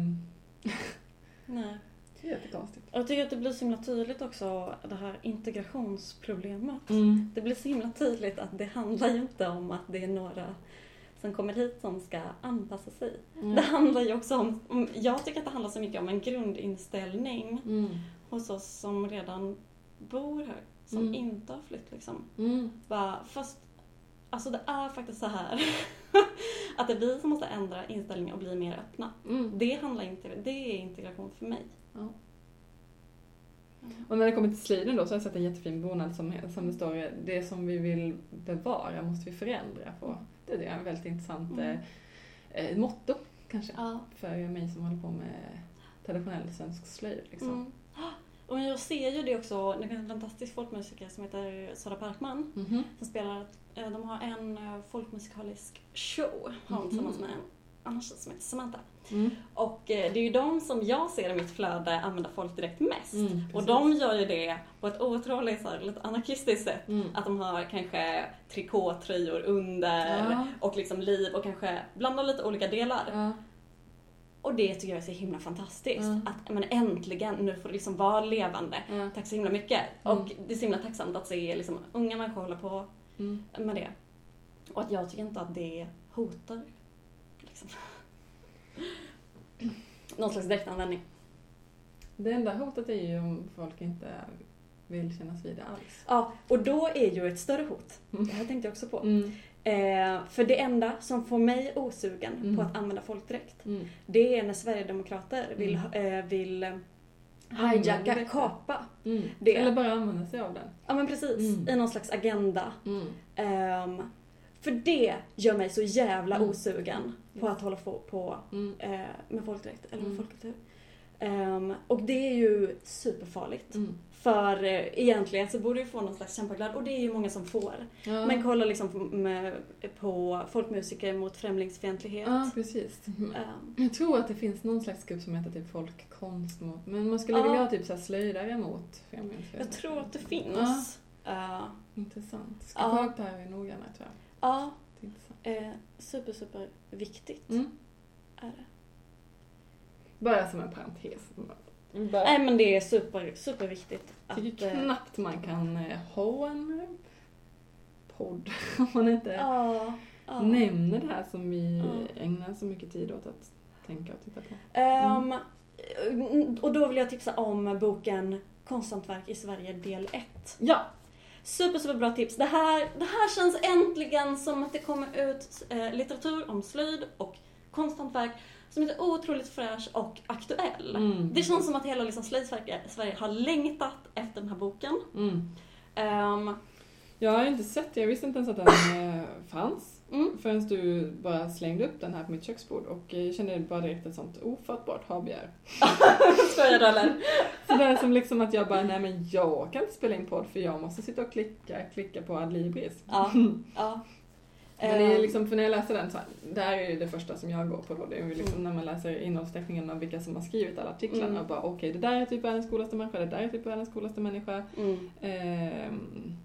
Nej. jättekonstigt. Jag tycker att det blir så himla tydligt också det här integrationsproblemet. Mm. Det blir så himla tydligt att det handlar ju inte om att det är några som kommer hit som ska anpassa sig. Mm. Det handlar ju också om, om, jag tycker att det handlar så mycket om en grundinställning Mm. hos oss som redan bor här, som Mm. inte har flytt liksom. Mm. Bara, fast, alltså det är faktiskt så här att det är vi som måste ändra inställningen och bli mer öppna. Mm. Det handlar inte, det är integration för mig. Ja. Och när det kommer till slöjden då så har jag sett en jättefin bonad som, som det står det som vi vill bevara måste vi förändra på. Det är en väldigt intressant Mm. eh, motto kanske Ja. för mig som håller på med traditionell svensk slöjd liksom. Mm. Och jag ser ju det också, det finns en fantastisk folkmusiker som heter Sara Parkman Mhm. som spelar, eh, de har en eh, folkmusikalisk show har hon Mhm. tillsammans med en annan tjej som heter Samantha. Mm. Och eh, det är ju de som jag ser i mitt flöde använda folk direkt mest. Mm, precis. Och de gör ju det på ett otroligt så här, lite anarkistiskt sätt. Mm. Att de har kanske trikåtröjor under Ja. och liksom liv och kanske blandar lite olika delar. Ja. Och det tycker jag är så himla fantastiskt. Mm. Att men äntligen, nu får det liksom vara levande. Ja. Tack så himla mycket. Mm. Och det är så himla tacksamt att se liksom, unga människor hålla på Mm. med det. Och att jag tycker inte att det hotar. Liksom. Någon slags direktanvändning. Det enda hotet är ju om folk inte vill kännas vid det alls. Ja, och då är ju ett större hot. Mm. Det här tänkte jag också på. Mm. Eh, för det enda som får mig osugen Mm. på att använda folkdräkt, Mm. det är när Sverigedemokrater vill, Mm. eh, vill eh, Använder hijacka, detta. kapa. Mm. Det. Eller bara använda sig av den. Ja men precis, Mm. i någon slags agenda. Mm. Ehm, för det gör mig så jävla Mm. osugen på att hålla på, på Mm. eh, med folkdräkt eller med Mm. folkkultur. Ehm, och det är ju superfarligt. Mm. För eh, egentligen så borde vi få någon slags kämpaglöd och det är ju många som får. Ja. Men kolla liksom på, med, på folkmusiker mot främlingsfientlighet. Ja, precis. Ehm, Jag tror att det finns någon slags grupp som heter typ folkkonst mot, men man skulle Ja. vilja ha typ så här slöjdare mot främlingsfientlighet. jag tror att det finns. Ja. Intressant. Ska Ja. kolla upp det här noggrannare tror jag. ja, Det är intressant. eh, super super viktigt Mm. är det. Bara som en parentes. Bara. Nej men det är super, super viktigt Jag att... tycker eh, knappt man kan eh, ha en podd om man inte Ja, ja. nämner det här som vi Ja. ägnar så mycket tid åt att tänka och titta på. Ehm, och då vill jag tipsa om boken Konsthantverk i Sverige del ett. Ja! Super, super bra tips. Det här, det här känns äntligen som att det kommer ut eh, litteratur om slöjd och konsthantverk som är otroligt fräsch och aktuell. Mm. Det känns som att hela liksom, slöjd-Sverige Sverige har längtat efter den här boken. Mm. Ehm, Jag har inte sett det, jag visste inte ens att den eh, fanns. mm. Förrän du bara slängde upp den här på mitt köksbord och jag kände bara direkt ett sånt ofattbart habegär. Skojar du eller? Så det är som liksom att jag bara, nej men jag kan inte spela in podd för jag måste sitta och klicka, klicka på Adlibris. Ja, ja. Men det är Ehm, liksom, för när jag läser den så här, det här är ju det första som jag går på då, det är ju liksom när man läser innehållsteckningen av vilka som har skrivit alla artiklarna Mm. och bara okej, det där är typ världens coolaste människa, det där är typ världens coolaste människa. mm. Ehm,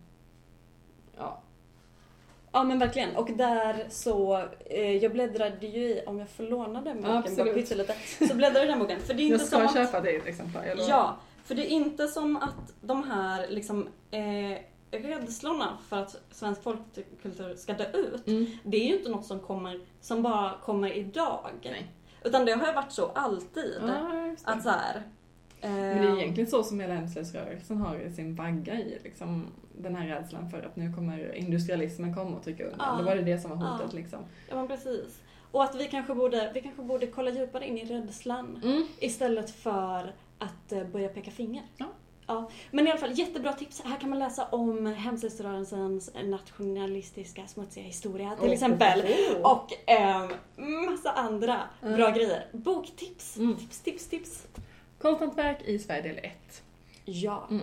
ja. Ja men verkligen. Och där så, eh, jag bläddrade ju i, om jag får låna den boken, Absolut. bara pyttelite, så bläddrar jag i den boken. För det är inte Jag ska som att, köpa det i ett exemplar, jag lovar. ja, för det är inte som att de här liksom, eh, rädslorna för att svensk folkkultur ska dö ut, Mm. det är ju inte något som kommer, som bara kommer idag. Nej. Utan det har ju varit så alltid. Ja, just det. Att så här, eh, Men det är egentligen så som hela hemslöjdsrörelsen har sin vagga i, liksom, den här rädslan för att nu kommer industrialismen komma och trycka undan. Ja. Det var det det som var hotet Ja. liksom. Ja men precis. Och att vi kanske borde, vi kanske borde kolla djupare in i rädslan. Mm. Istället för att eh, börja peka finger. Ja. Ja. Men i alla fall, jättebra tips. Här kan man läsa om hemslöjdsrörelsens nationalistiska smutsiga historia till Oh, exempel. oh, oh. Och eh, massa andra Mm. bra grejer. Boktips. Mm. Tips, tips, tips. Konsthantverk i Sverige del ett. Ja. Mm.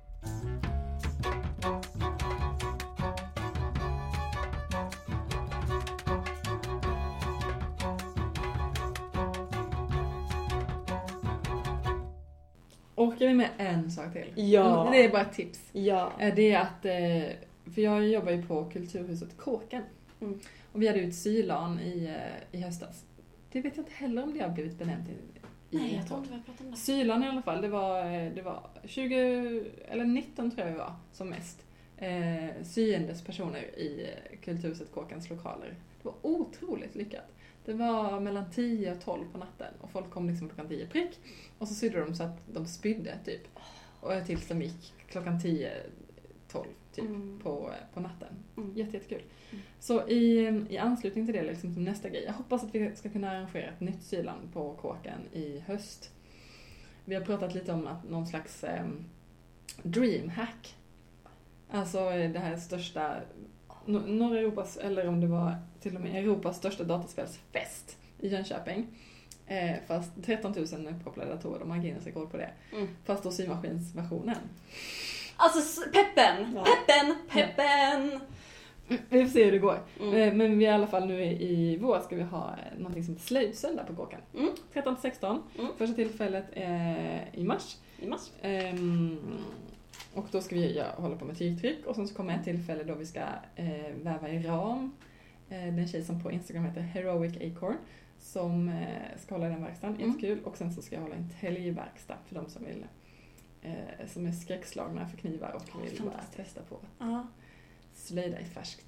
Orkar vi med en sak till? Ja. Mm, det är bara ett tips. Ja. Eh, Det är att, eh, för jag jobbar ju på Kulturhuset Kåken. Mm. Och vi hade ju ett sylan i, eh, i höstas. Det vet jag inte heller om det har blivit benämnt i, i Nej, jag ett tror år. inte vi har pratat om det. Sylan i alla fall, det var, eh, det var tjugo, eller nitton tror jag vi var, som mest. Eh, syendes personer i eh, Kulturhuset Kåkens lokaler. Det var otroligt lyckat. Det var mellan tio och tolv på natten och folk kom liksom klockan tio prick. Och så sydde de så att de spydde typ. Och tills de gick klockan tio, tolv typ Mm. på, på natten. Mm. Jätte, jättekul. Mm. Så i, i anslutning till det, liksom som nästa grej. Jag hoppas att vi ska kunna arrangera ett nytt sylan på Kåken i höst. Vi har pratat lite om att någon slags eh, dreamhack. Alltså eh, det här största, no- norra Europas, eller om det var till och med Europas största dataspelsfest i Jönköping. Eh, fast tretton tusen uppkopplade datorer, de har Guinness-rekord på det. Mm. Fast då symaskinsversionen. Alltså s- peppen! Ja. Peppen! Peppen! Vi får se hur det går. Mm. Eh, Men vi i alla fall nu i, i vår ska vi ha eh, någonting som heter slöjdsöndag på Kåken. Mm. tretton till sexton. Mm. Första tillfället eh, i mars. I mars. Ehm, och då ska vi ja, hålla på med tygtryck. Och sen så kommer ett tillfälle då vi ska eh, väva i ram. Eh, den tjej som på Instagram heter Heroic Acorn. Som eh, ska hålla den verkstaden. Mm. Jättekul. Och sen så ska jag hålla en täljverkstad för de som vill. Eh, som är skräckslagna för knivar och vill bara fantastiskt. testa på att Ja. slöjda i färskt trä.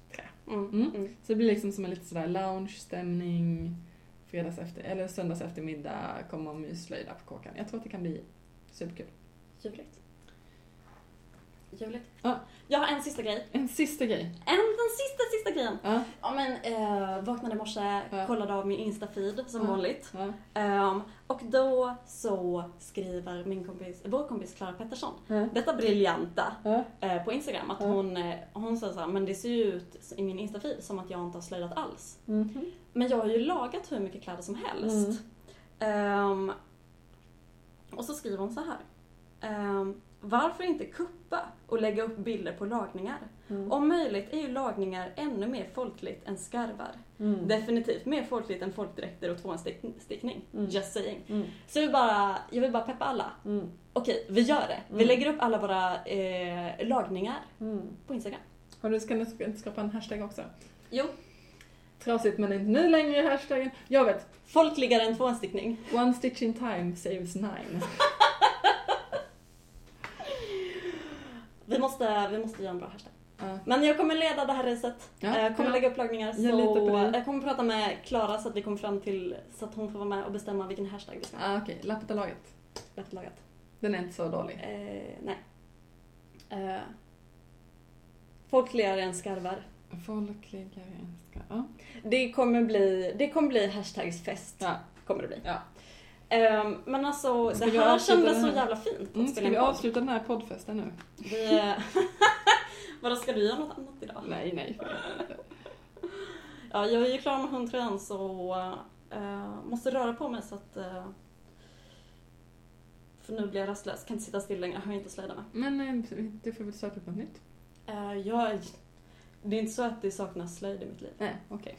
Mm. Mm. Mm. Så det blir liksom som en lite sådär lounge-stämning. Fredags efter, eller söndags eftermiddag, komma och myslöjda på kåkan. Jag tror att det kan bli superkul. Ljuvligt. Ljuvligt. Ja. Jag har en sista grej. En sista grej. En, den sista, sista grejen. Ja. Ja men, eh, vaknade i morse, Ja. kollade av min Insta-feed som Ja. vanligt. Ja. Um, och då så skriver min kompis, vår kompis Clara Pettersson, Ja. detta briljanta Ja. eh, på Instagram, att Ja. hon, eh, hon säger såhär, men det ser ju ut i min Insta-feed som att jag inte har slöjdat alls. Mhm. Men jag har ju lagat hur mycket kläder som helst. Ehm, och så skriver hon så här. Ehm, varför inte kuppa och lägga upp bilder på lagningar? Mm. Om möjligt är ju lagningar ännu mer folkligt än skarvar. Mm. Definitivt mer folkligt än folkdräkter och tvåstickning. Mm. Just saying. Mm. Så jag vill bara, jag vill bara peppa alla. Mm. Okej, vi gör det. Vi Mm. lägger upp alla våra eh, lagningar Mm. på Instagram. Och du ska inte skapa en hashtag också? Jo, Trasigt men inte nu längre hashtaggen. Jag vet. folkligare än tvåstickning. One stitch in time saves nine. Vi måste, vi måste göra en bra hashtag. Ja. Men jag kommer leda det här racet. Ja, Jag kommer bra. lägga upp lagningar. Jag Så litar på dig. jag kommer prata med Klara så att vi kommer fram till så att hon får vara med och bestämma vilken hashtag vi ska ha. Ah, okej, lappet och laget. Lätt lagat. Den är inte så dålig. Eh, nej. Eh, folkligare än skarvar. Folkligare än ska... Ja. Det kommer bli, det kommer bli hashtagsfest. Ja. Kommer det bli. Ja. Eh, men alltså, Ska det vi här avsluta kändes den så här? jävla fint att Mm, spela ska in vi podd. avsluta den här poddfesten nu? Vi, eh, vadå, ska du göra något annat idag? Nej, nej. Ja, jag är ju klar med hundtröjan så uh, måste röra på mig så att... Uh, för nu blir jag rastlös, kan inte sitta still längre, har jag inte att slöjda med. Men eh, du får väl söka upp något nytt? Uh, jag, det är inte så att det saknas slöjd i mitt liv. Nej, okej.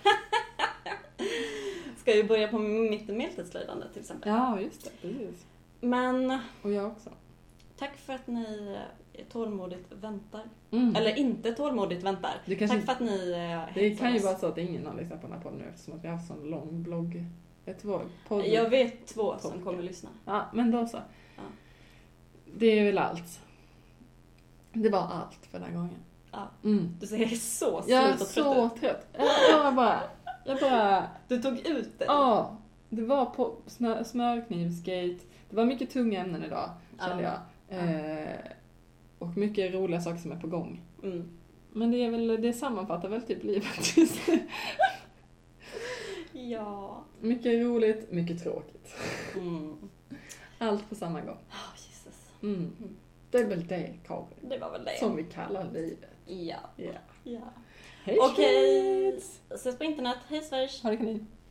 Ska ju börja på mitt medeltidsslöjdande till exempel. Ja, just det. Precis. Men Och jag också. tack för att ni eh, tålmodigt väntar. Mm. Eller inte tålmodigt väntar. Det, kanske, Tack för att ni uh, det kan ju vara så att ingen har lyssnat på den här podden nu eftersom att vi har haft sån lång blogg. Ett podd. Jag vet två som Tolka. kommer att lyssna. Ja, men då så. Ja. Det är väl allt. Det var allt för den här gången. Ja. Mm. Du ser så slut Jag är och trött så ut. trött. Jag, jag bara... Jag bara... Du tog ut det. Ja, det var på snö, smörknivsgate. Det var mycket tunga ämnen idag, kände Ja. jag. Eh, och mycket roliga saker som är på gång. Mm. Men det är väl, det sammanfattar väl typ livet just nu. Ja. Mycket roligt, mycket tråkigt. Mm. Allt på samma gång. Oh, Jesus. Mm. Mm. Det är väl det, Karin, Det var väl det. som vi kallar livet. Ja. Ja. Ja. Hej, Okej. kids! Ses på internet. Hej Sveriges. Ha det kanin.